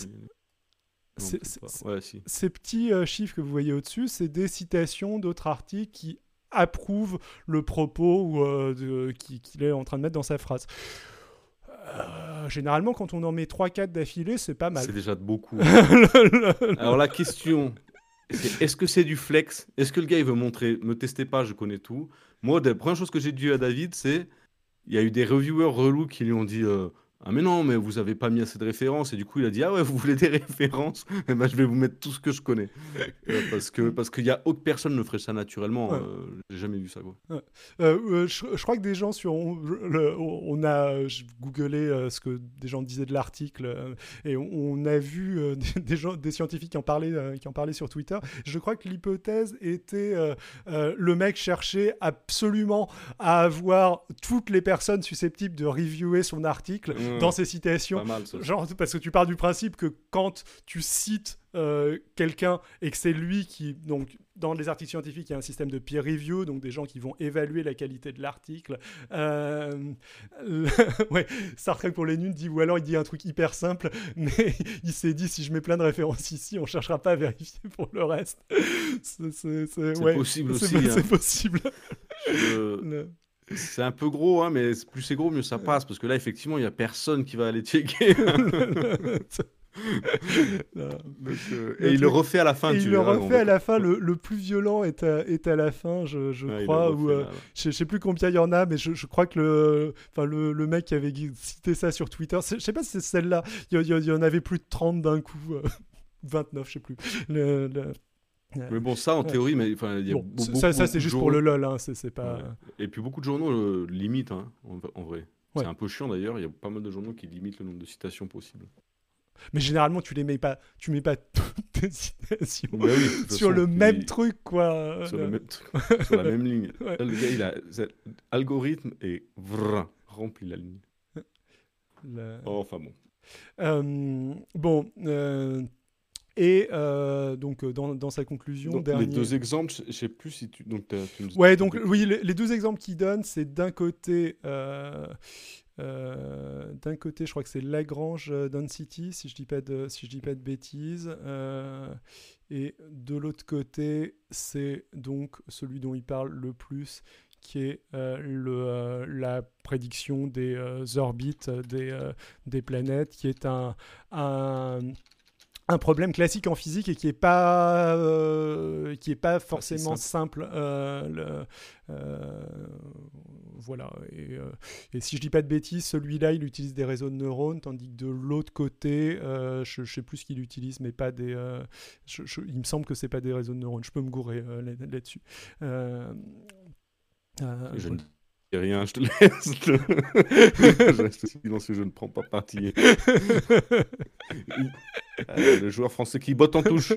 Ces petits chiffres que vous voyez au-dessus, c'est des citations d'autres articles qui approuvent le propos qu'il est en train de mettre dans sa phrase. Généralement, quand on en met 3-4 d'affilée, c'est pas mal. C'est déjà beaucoup. Alors la question... Est-ce que c'est du flex? Est-ce que le gars il veut montrer, me testez pas, je connais tout? Moi, la première chose que j'ai dit à David, c'est il y a eu des reviewers relous qui lui ont dit Ah mais non, mais vous avez pas mis assez de références. Et du coup, il a dit, ah ouais, vous voulez des références? Eh ben, je vais vous mettre tout ce que je connais. Parce qu'il y a autre personne ne ferait ça naturellement. Ouais. J'ai jamais vu ça, quoi. Ouais. Je crois que des gens on a googlé ce que des gens disaient de l'article et on a vu des scientifiques qui en parlaient sur Twitter. Je crois que l'hypothèse était le mec cherchait absolument à avoir toutes les personnes susceptibles de reviewer son article dans ses citations. Pas mal, ça. Genre, parce que tu pars du principe que quand tu cites quelqu'un et que c'est lui qui... Donc, dans les articles scientifiques, il y a un système de peer review, donc des gens qui vont évaluer la qualité de l'article. Ouais, Star Trek pour les nuls dit, ou alors il dit un truc hyper simple, mais il s'est dit, si je mets plein de références ici, on ne cherchera pas à vérifier pour le reste. C'est Ouais, possible aussi. c'est possible. Je- C'est un peu gros, hein, mais plus c'est gros, mieux ça passe. Parce que là, effectivement, il n'y a personne qui va aller checker. Et il le refait à la fin, et tu il le verras. refait à la fin. Le plus violent est à la fin, je Ouais, il crois. le Ou, refait, là. je sais plus combien il y en a, mais je crois que le mec qui avait cité ça sur Twitter, je sais pas si c'est celle-là, il y en avait plus de 30 d'un coup. 29, je sais plus. Mais bon, ça, en Ouais. théorie, mais enfin, il y a Bon, beaucoup, ça c'est beaucoup de juste pour le journaux. lol, hein, c'est pas... Ouais. Et puis beaucoup de journaux limitent, hein, en vrai. Ouais. C'est un peu chiant d'ailleurs, il y a pas mal de journaux qui limitent le nombre de citations possibles. Mais généralement, tu mets pas toutes tes citations Mais oui, de toute sur façon, le même truc, quoi. sur le même truc, sur la même ligne. Ouais. Là, le gars, il a algorithme et remplit la ligne. Oh, enfin bon. Bon, et donc dans sa conclusion, Donc, dernier... les deux exemples, je sais plus si tu. Donc, tu nous... Ouais, donc oui, les deux exemples qu'il donne, c'est d'un côté, je crois que c'est Lagrange Density, si je dis pas de bêtises, et de l'autre côté, c'est donc celui dont il parle le plus, qui est la prédiction des orbites des planètes, qui est un problème classique en physique et qui est pas forcément simple. Voilà. Et si je dis pas de bêtises, celui-là, il utilise des réseaux de neurones, tandis que de l'autre côté, je sais plus ce qu'il utilise, mais pas des. Il me semble que c'est pas des réseaux de neurones. Je peux me gourer là-dessus. Je ne dis rien, je te laisse. Je reste silencieux, je ne prends pas parti. Le joueur français qui botte en touche.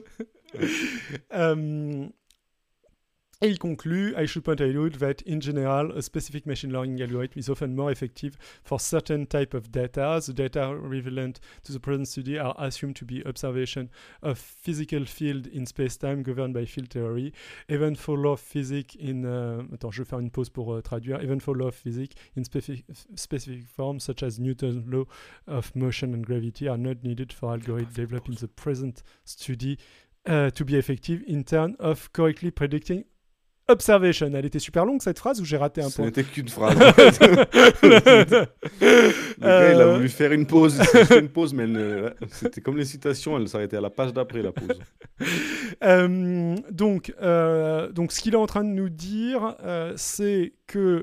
Et il conclut, I should point out that in general, a specific machine learning algorithm is often more effective for certain type of data. The data relevant to the present study are assumed to be observation of physical field in space-time governed by field theory. Even for law of physics in... attends, je vais faire une pause pour traduire. Even for law of physics in specific forms, such as Newton's law of motion and gravity, are not needed for algorithms developed in the present study to be effective in terms of correctly predicting observation. Elle était super longue cette phrase ou j'ai raté un Ce point? n'était qu'une phrase. En fait. Le gars, il a voulu faire une pause. Il s'est fait une pause, mais c'était comme les citations, elle s'arrêtait à la page d'après la pause. Donc, ce qu'il est en train de nous dire, c'est que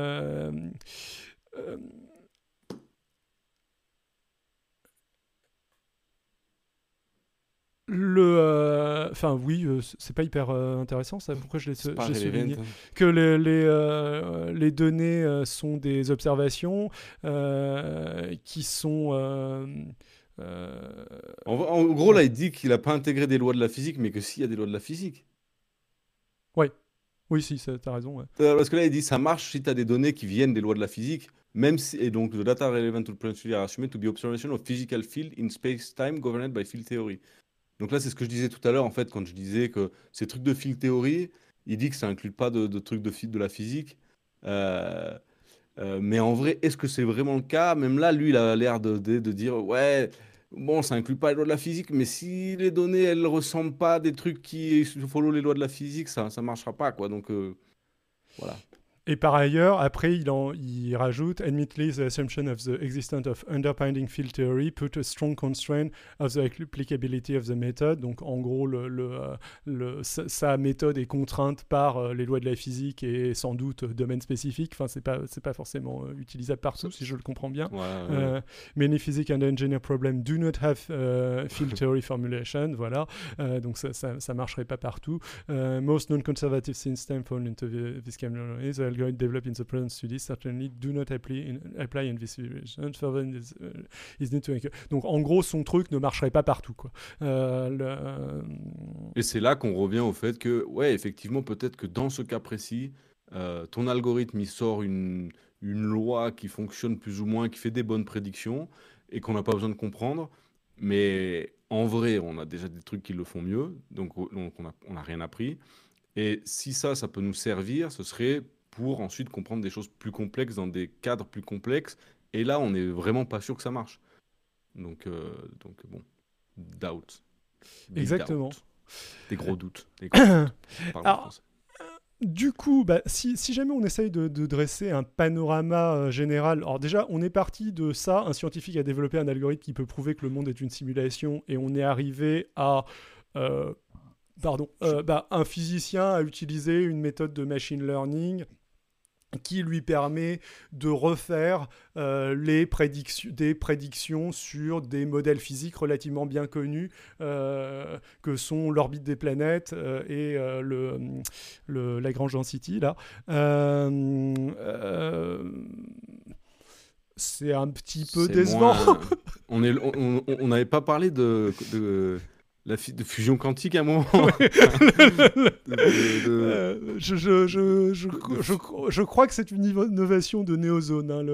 enfin oui, c'est pas hyper intéressant ça. Pourquoi je l'ai souligné? Hein. Que les données sont des observations qui sont En gros, là, il dit qu'il n'a pas intégré des lois de la physique, mais que s'il y a des lois de la physique. Oui, si, t'as raison. Ouais. Parce que là, il dit ça marche si tu as des données qui viennent des lois de la physique, même si, et donc, the data relevant to the present study are assumed to be observation of physical field in space-time governed by field theory. Donc là, c'est ce que je disais tout à l'heure, en fait, quand je disais que ces trucs de field theory, il dit que ça inclut pas de trucs de la physique. Mais en vrai, est-ce que c'est vraiment le cas? Même là, lui, il a l'air de dire, ouais, bon, ça inclut pas les lois de la physique, mais si les données, elles ressemblent pas à des trucs qui follow les lois de la physique, ça marchera pas, quoi. Donc, voilà. Et par ailleurs, après, il rajoute admittedly the assumption of the existence of underpinning field theory put a strong constraint of the applicability of the method. Donc, en gros, sa méthode est contrainte par les lois de la physique et sans doute domaine spécifique. Enfin, c'est pas forcément utilisable partout, si je le comprends bien. Many physics and engineering problems do not have field theory formulation. Voilà. Donc, ça marcherait pas partout. Most non-conservative systems fall into this category. The algorithm developed in the present study certainly do not apply in this situation. Further is need to make... Donc en gros, son truc ne marcherait pas partout, quoi. Et c'est là qu'on revient au fait que, ouais, effectivement, peut-être que dans ce cas précis, ton algorithme, il sort une loi qui fonctionne plus ou moins, qui fait des bonnes prédictions et qu'on n'a pas besoin de comprendre. Mais en vrai, on a déjà des trucs qui le font mieux, donc on n'a rien appris. Et si ça peut nous servir, ce serait pour ensuite comprendre des choses plus complexes dans des cadres plus complexes. Et là, on n'est vraiment pas sûr que ça marche. Donc bon, doubt. Big exactement. Doubt. Des gros doutes. Des gros doutes. Alors, du coup, si jamais on essaye de dresser un panorama général, alors déjà, on est parti de ça, un scientifique a développé un algorithme qui peut prouver que le monde est une simulation, et on est arrivé à... un physicien a utilisé une méthode de machine learning qui lui permet de refaire des prédictions sur des modèles physiques relativement bien connus que sont l'orbite des planètes et la Lagrange density là. C'est un petit peu décevant. On n'avait pas parlé de fusion quantique à un moment. Je crois que c'est une innovation de Néozone. Hein,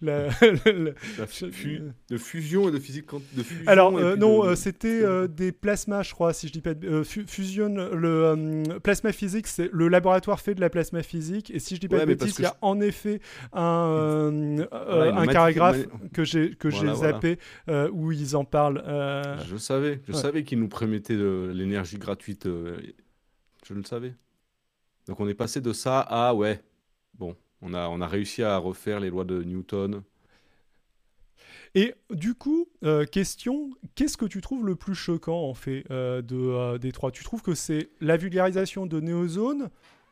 de fusion et de physique quantique. Alors, non, c'était des plasmas, je crois, si je dis pas de... fusion, le plasma physique, c'est le laboratoire fait de la plasma physique. Et si je dis pas de bêtises, il y a en effet un paragraphe que j'ai zappé où ils en parlent. Je savais qu'ils nous prémettaient de l'énergie gratuite. Je le savais. Donc on est passé de ça à bon, on a réussi à refaire les lois de Newton. Et du coup, question, qu'est-ce que tu trouves le plus choquant en fait des trois ? Tu trouves que c'est la vulgarisation de Néozone,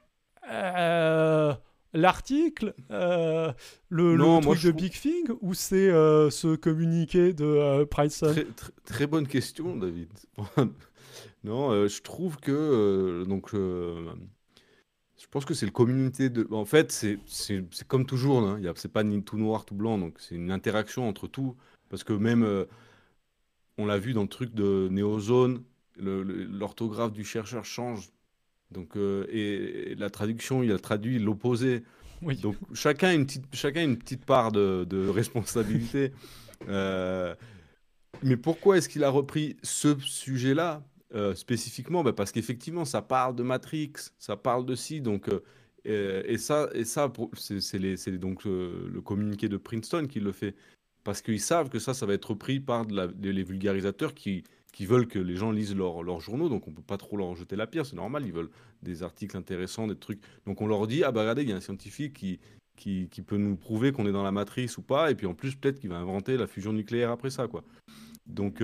l'article, le truc de Big Thing, ou c'est ce communiqué de Princeton ? Très bonne question, David. Non, je trouve que je pense que c'est le communauté de. En fait, c'est comme toujours, hein. C'est pas ni tout noir, tout blanc, donc c'est une interaction entre tout. Parce que même, on l'a vu dans le truc de Néozone, l'orthographe du chercheur change. Donc, et la traduction, il a traduit l'opposé. Oui. Donc, chacun a une petite part de responsabilité. Mais pourquoi est-ce qu'il a repris ce sujet-là spécifiquement ? Parce qu'effectivement, ça parle de Matrix, ça parle de ci, donc et ça, c'est donc le communiqué de Princeton qui le fait, parce qu'ils savent que ça va être repris par les vulgarisateurs qui veulent que les gens lisent leurs journaux, donc on peut pas trop leur jeter la pierre, c'est normal, ils veulent des articles intéressants, des trucs. Donc on leur dit, regardez, il y a un scientifique qui peut nous prouver qu'on est dans la matrice ou pas, et puis en plus peut-être qu'il va inventer la fusion nucléaire après ça, quoi. Donc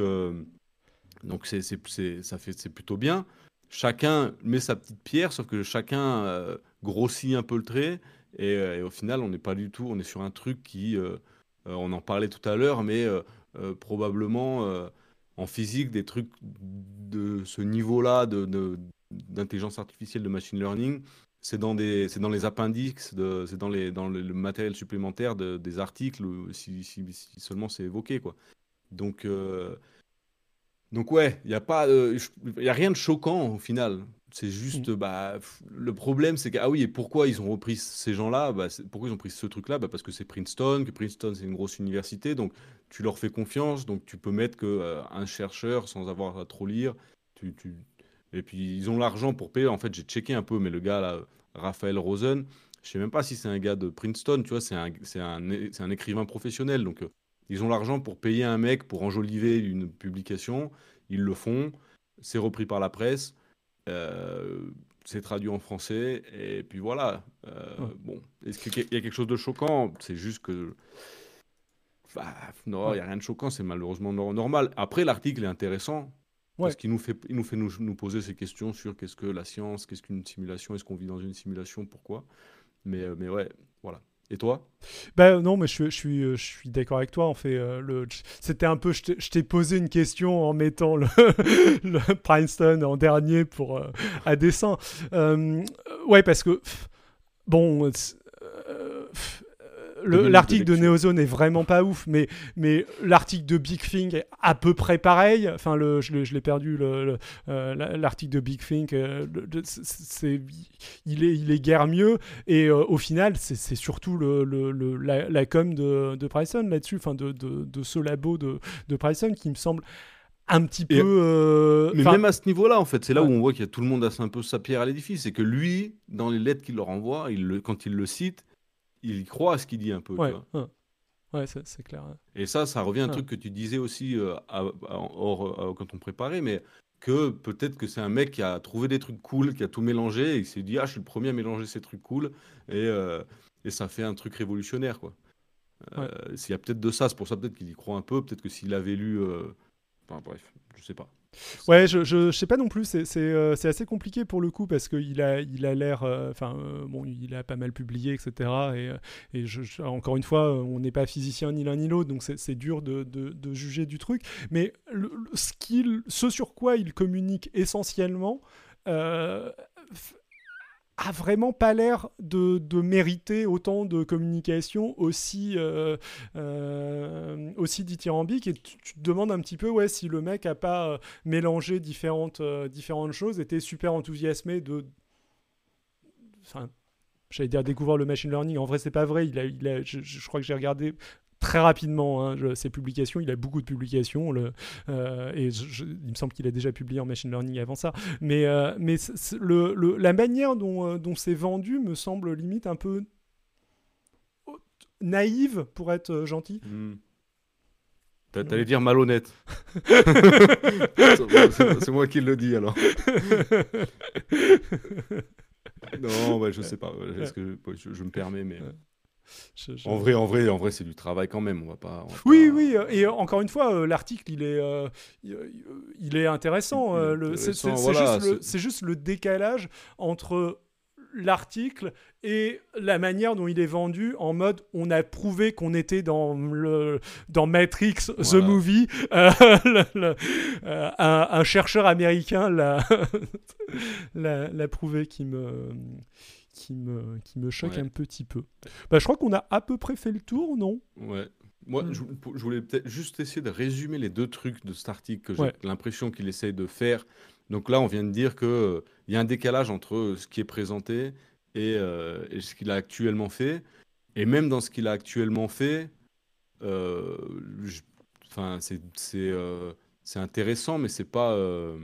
c'est plutôt bien. Chacun met sa petite pierre, sauf que chacun grossit un peu le trait, et au final, on n'est pas du tout, on est sur un truc qui, on en parlait tout à l'heure, mais probablement en physique, des trucs de ce niveau-là d'intelligence artificielle, de machine learning, c'est dans les appendices, c'est dans le matériel supplémentaire des articles, si seulement c'est évoqué, quoi. Donc ouais, il y a rien de choquant au final. C'est juste, le problème, c'est que, et pourquoi ils ont repris ces gens-là ? Pourquoi ils ont pris ce truc-là ? Parce que c'est Princeton, c'est une grosse université, donc tu leur fais confiance, donc tu peux mettre un chercheur sans avoir à trop lire. Et puis ils ont l'argent pour payer. En fait, j'ai checké un peu, mais le gars là, Raphaël Rosen, je sais même pas si c'est un gars de Princeton, tu vois, c'est un écrivain professionnel, donc ils ont l'argent pour payer un mec pour enjoliver une publication, ils le font, c'est repris par la presse. c'est traduit en français, et puis voilà. Bon, est-ce qu'il y a quelque chose de choquant? C'est juste que... Bah, non, il n'y a rien de choquant, c'est malheureusement normal. Après, l'article est intéressant, parce qu'il nous poser ces questions sur qu'est-ce que la science, qu'est-ce qu'une simulation, est-ce qu'on vit dans une simulation, pourquoi. Mais ouais, voilà. Et toi? Non, mais je suis d'accord avec toi. En fait, c'était un peu, je t'ai posé une question en mettant le Princeton en dernier à dessein. Ouais, parce que bon, l'article de Neozone est vraiment pas ouf, mais l'article de Big Think est à peu près pareil. Enfin, je l'ai perdu, l'article de Big Think, il est guère mieux. Et au final, c'est surtout la com de Pryson là-dessus, enfin de ce labo de Pryson qui me semble un petit peu... mais même à ce niveau-là, en fait, c'est là où on voit qu'il y a tout le monde a un peu sa pierre à l'édifice. C'est que lui, dans les lettres qu'il leur envoie, quand il le cite, il croit à ce qu'il dit un peu. Ouais, tu vois. Ouais, c'est clair. Et ça revient à un truc que tu disais aussi quand on préparait, mais que peut-être que c'est un mec qui a trouvé des trucs cool, qui a tout mélangé et qui s'est dit je suis le premier à mélanger ces trucs cool et ça fait un truc révolutionnaire, quoi. S'il y a peut-être de ça, c'est pour ça peut-être qu'il y croit un peu, peut-être que s'il avait lu... Enfin bref, je sais pas. Ouais, je sais pas non plus. C'est assez compliqué pour le coup parce qu'il a l'air. Bon, il a pas mal publié, etc. Et encore une fois, on n'est pas physicien ni l'un ni l'autre, donc c'est dur de juger du truc. Mais ce sur quoi il communique essentiellement. A vraiment pas l'air de mériter autant de communication aussi dithyrambique, et tu te demandes un petit peu si le mec a pas mélangé différentes choses, était super enthousiasmé j'allais dire découvrir le machine learning. En vrai, c'est pas vrai. Je crois que j'ai regardé très rapidement ses publications. Il a beaucoup de publications et il me semble qu'il a déjà publié en machine learning avant ça. Mais la manière dont c'est vendu me semble limite un peu naïve, pour être gentil. T'allais dire malhonnête. C'est moi qui le dis alors. Non, je sais pas. Est-ce que je me permets, mais... En vrai, c'est du travail quand même. On va pas. Oui. Et encore une fois, l'article, il est intéressant. C'est juste le décalage entre l'article et la manière dont il est vendu, en mode on a prouvé qu'on était dans Matrix The Movie. Un chercheur américain l'a prouvé, qui me choque un petit peu. Je crois qu'on a à peu près fait le tour, non? Ouais. Moi, je voulais peut-être juste essayer de résumer les deux trucs de cet article que j'ai l'impression qu'il essaye de faire. Donc là, on vient de dire qu'il y a un décalage entre ce qui est présenté et ce qu'il a actuellement fait. Et même dans ce qu'il a actuellement fait, c'est intéressant, mais c'est pas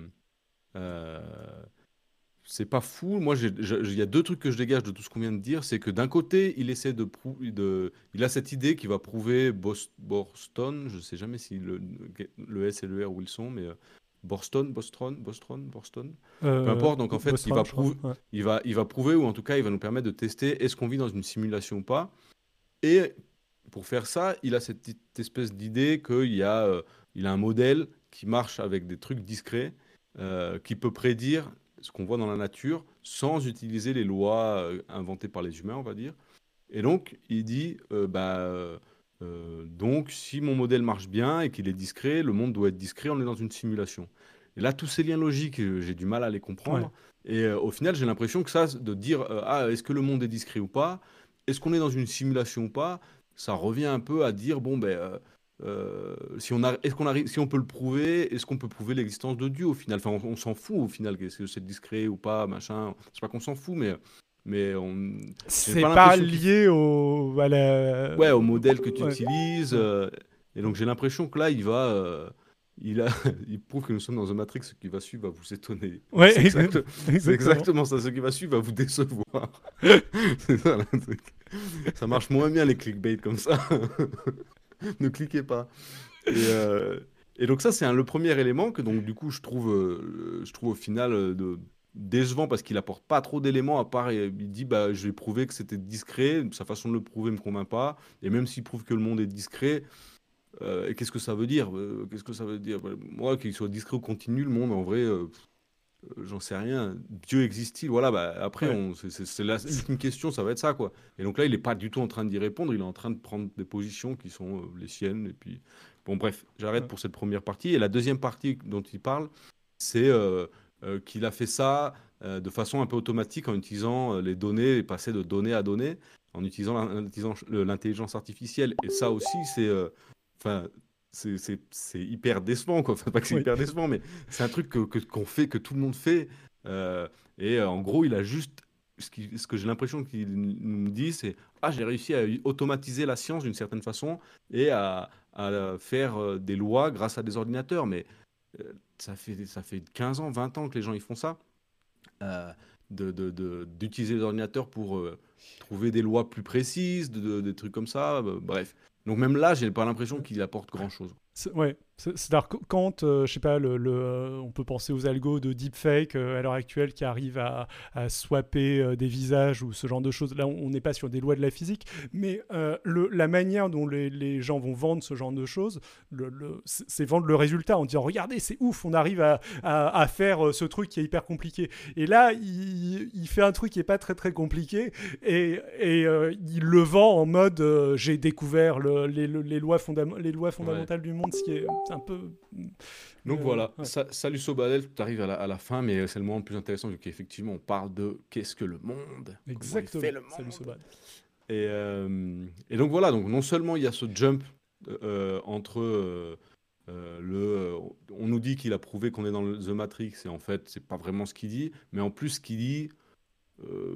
fou. Moi, il y a deux trucs que je dégage de tout ce qu'on vient de dire. C'est que d'un côté, il essaie il a cette idée qui va prouver Boston. Je ne sais jamais si le S et le R où ils sont, mais Boston. Peu importe. Donc en fait, Boston, il va prouver, ou en tout cas, il va nous permettre de tester est-ce qu'on vit dans une simulation ou pas. Et pour faire ça, il a cette espèce d'idée qu'il a un modèle qui marche avec des trucs discrets, qui peut prédire ce qu'on voit dans la nature sans utiliser les lois inventées par les humains, on va dire. Et donc, il dit, donc, si mon modèle marche bien et qu'il est discret, le monde doit être discret, on est dans une simulation. Et là, tous ces liens logiques, j'ai du mal à les comprendre. Ouais. Et au final, j'ai l'impression que ça, de dire, est-ce que le monde est discret ou pas? Est-ce qu'on est dans une simulation ou pas? Ça revient un peu à dire, si on peut le prouver, est-ce qu'on peut prouver l'existence de Dieu au final? Enfin, on s'en fout au final, est-ce que c'est discret ou pas, machin. C'est pas qu'on s'en fout, mais c'est pas lié au modèle que tu utilises. Et donc j'ai l'impression que là, il prouve que nous sommes dans un Matrix. Ce qui va suivre va vous étonner. Ouais, c'est exactement ça. Ce qui va suivre va vous décevoir. C'est ça le truc. Ça marche moins bien les clickbait comme ça. Ne cliquez pas. Et donc ça, c'est le premier élément que donc du coup je trouve au final décevant parce qu'il apporte pas trop d'éléments à part il dit je vais prouver que c'était discret, sa façon de le prouver me convainc pas, et même s'il prouve que le monde est discret, et qu'est-ce que ça veut dire? Qu'est-ce que ça veut dire? Moi, qu'il soit discret ou continu, le monde, en vrai, j'en sais rien. Dieu existe-t-il? Voilà, après, Ouais. c'est la ultime question, ça va être ça, quoi. Et donc là, il est pas du tout en train d'y répondre, il est en train de prendre des positions qui sont les siennes. Et puis, bon, bref, j'arrête Ouais. pour cette première partie. Et la deuxième partie dont il parle, c'est qu'il a fait ça de façon un peu automatique en utilisant les données, et passer de données à données, en utilisant l'intelligence artificielle. Et ça aussi, enfin, c'est hyper décevant, quoi. Enfin, pas que c'est Oui. hyper décevant, mais c'est un truc qu'on fait, que tout le monde fait. En gros, il a juste. Ce que j'ai l'impression qu'il nous dit, c'est j'ai réussi à automatiser la science d'une certaine façon et à faire des lois grâce à des ordinateurs. Mais ça fait 15 ans, 20 ans que les gens ils font ça. euh, D'utiliser les ordinateurs pour trouver des lois plus précises, des trucs comme ça. Bref. Donc même là, j'ai pas l'impression qu'il apporte grand-chose. Ouais, c'est-à-dire que quand, je sais pas, on peut penser aux algos de deepfake à l'heure actuelle qui arrivent à swapper des visages ou ce genre de choses. Là, on n'est pas sur des lois de la physique, mais la manière dont les gens vont vendre ce genre de choses, c'est vendre le résultat en disant regardez, c'est ouf, on arrive à faire ce truc qui est hyper compliqué. Et là, il fait un truc qui est pas très très compliqué et il le vend en mode j'ai découvert les lois fondamentales du monde, ce qui est un peu. Donc voilà, Ouais. salut Sobadel, tu arrives à la fin, mais c'est le moment le plus intéressant vu qu'effectivement on parle de qu'est-ce que le monde, comment il Exactement. fait le Salut monde. Sobad. Et donc voilà, donc non seulement il y a ce jump entre on nous dit qu'il a prouvé qu'on est dans The Matrix et en fait c'est pas vraiment ce qu'il dit, mais en plus ce qu'il dit. euh,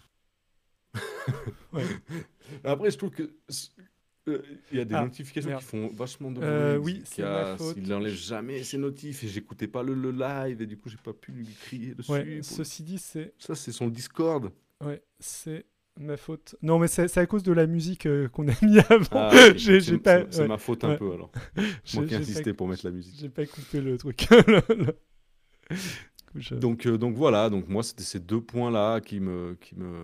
Ouais. Après je trouve que il y a des Ah, notifications merde. qui font vachement de bruit. Oui, c'est ma faute. Il n'enlève jamais ses notifs et j'écoutais pas le live et du coup j'ai pas pu lui crier dessus. Ouais, ceci dit, Ça c'est son Discord. c'est ma faute. Non, mais c'est à cause de la musique qu'on a mis avant. Ah, ok. J'ai pas. C'est Ouais. ma faute un Ouais. peu alors. C'est moi qui ai insisté pour mettre la musique. J'ai pas coupé le truc. Donc voilà, donc moi c'était ces deux points-là qui m'ont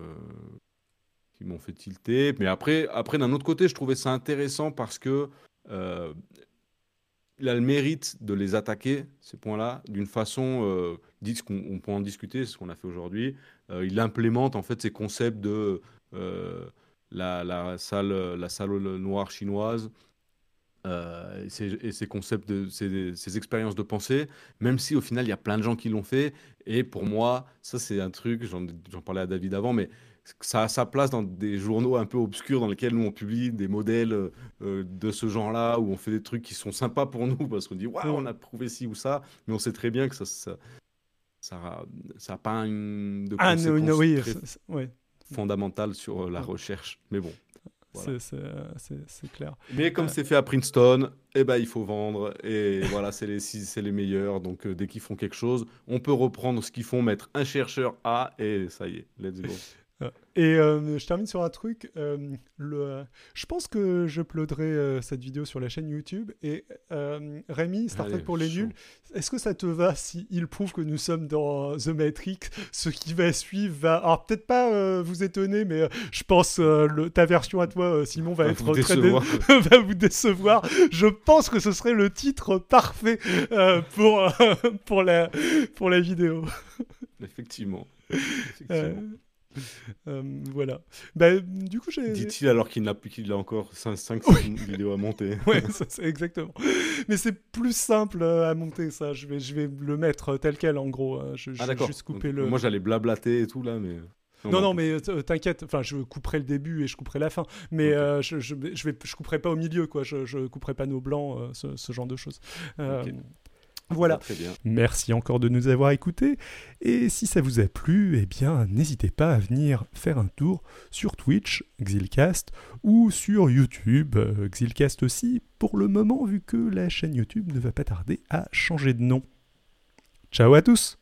fait tilter. Mais après d'un autre côté, je trouvais ça intéressant parce que euh, il a le mérite de les attaquer, ces points-là, d'une façon, on peut en discuter, c'est ce qu'on a fait aujourd'hui. Il implémente en fait ces concepts de la salle noire chinoise, et ces concepts, ces expériences de pensée, même si au final il y a plein de gens qui l'ont fait. Et pour moi, ça c'est un truc, j'en parlais à David avant, mais ça a sa place dans des journaux un peu obscurs dans lesquels nous on publie des modèles de ce genre-là, où on fait des trucs qui sont sympas pour nous parce qu'on dit waouh, on a prouvé ci ou ça, mais on sait très bien que ça a pas de conséquences oui, très fondamentales sur la recherche. Mais bon. Voilà. C'est clair. Mais comme c'est fait à Princeton, eh ben, il faut vendre. Et voilà, c'est les meilleurs. Donc, dès qu'ils font quelque chose, on peut reprendre ce qu'ils font, mettre un chercheur A, et ça y est, let's go. Et je termine sur un truc. Je pense que je uploaderai cette vidéo sur la chaîne YouTube. Et Rémi, Star Trek pour les nuls, est-ce que ça te va si il prouve que nous sommes dans The Matrix? Ce qui va suivre va... Alors peut-être pas vous étonner, mais je pense ta version à toi, Simon, va être va vous décevoir. Je pense que ce serait le titre parfait pour la vidéo. Effectivement. Voilà. Bah, du coup, dit-il alors qu'il a encore 5 vidéos à monter. Ouais, c'est exactement. Mais c'est plus simple à monter, ça. Je vais le mettre tel quel, en gros. Je vais juste couper le... Moi, j'allais blablater et tout, là, mais... Non, mais t'inquiète. Enfin, je couperai le début et je couperai la fin. Mais je couperai pas au milieu, quoi. Je couperai pas nos blancs, ce genre de choses. Voilà. Très bien. Merci encore de nous avoir écoutés. Et si ça vous a plu, eh bien, n'hésitez pas à venir faire un tour sur Twitch, Xilcast, ou sur YouTube, Xilcast aussi, pour le moment, vu que la chaîne YouTube ne va pas tarder à changer de nom. Ciao à tous!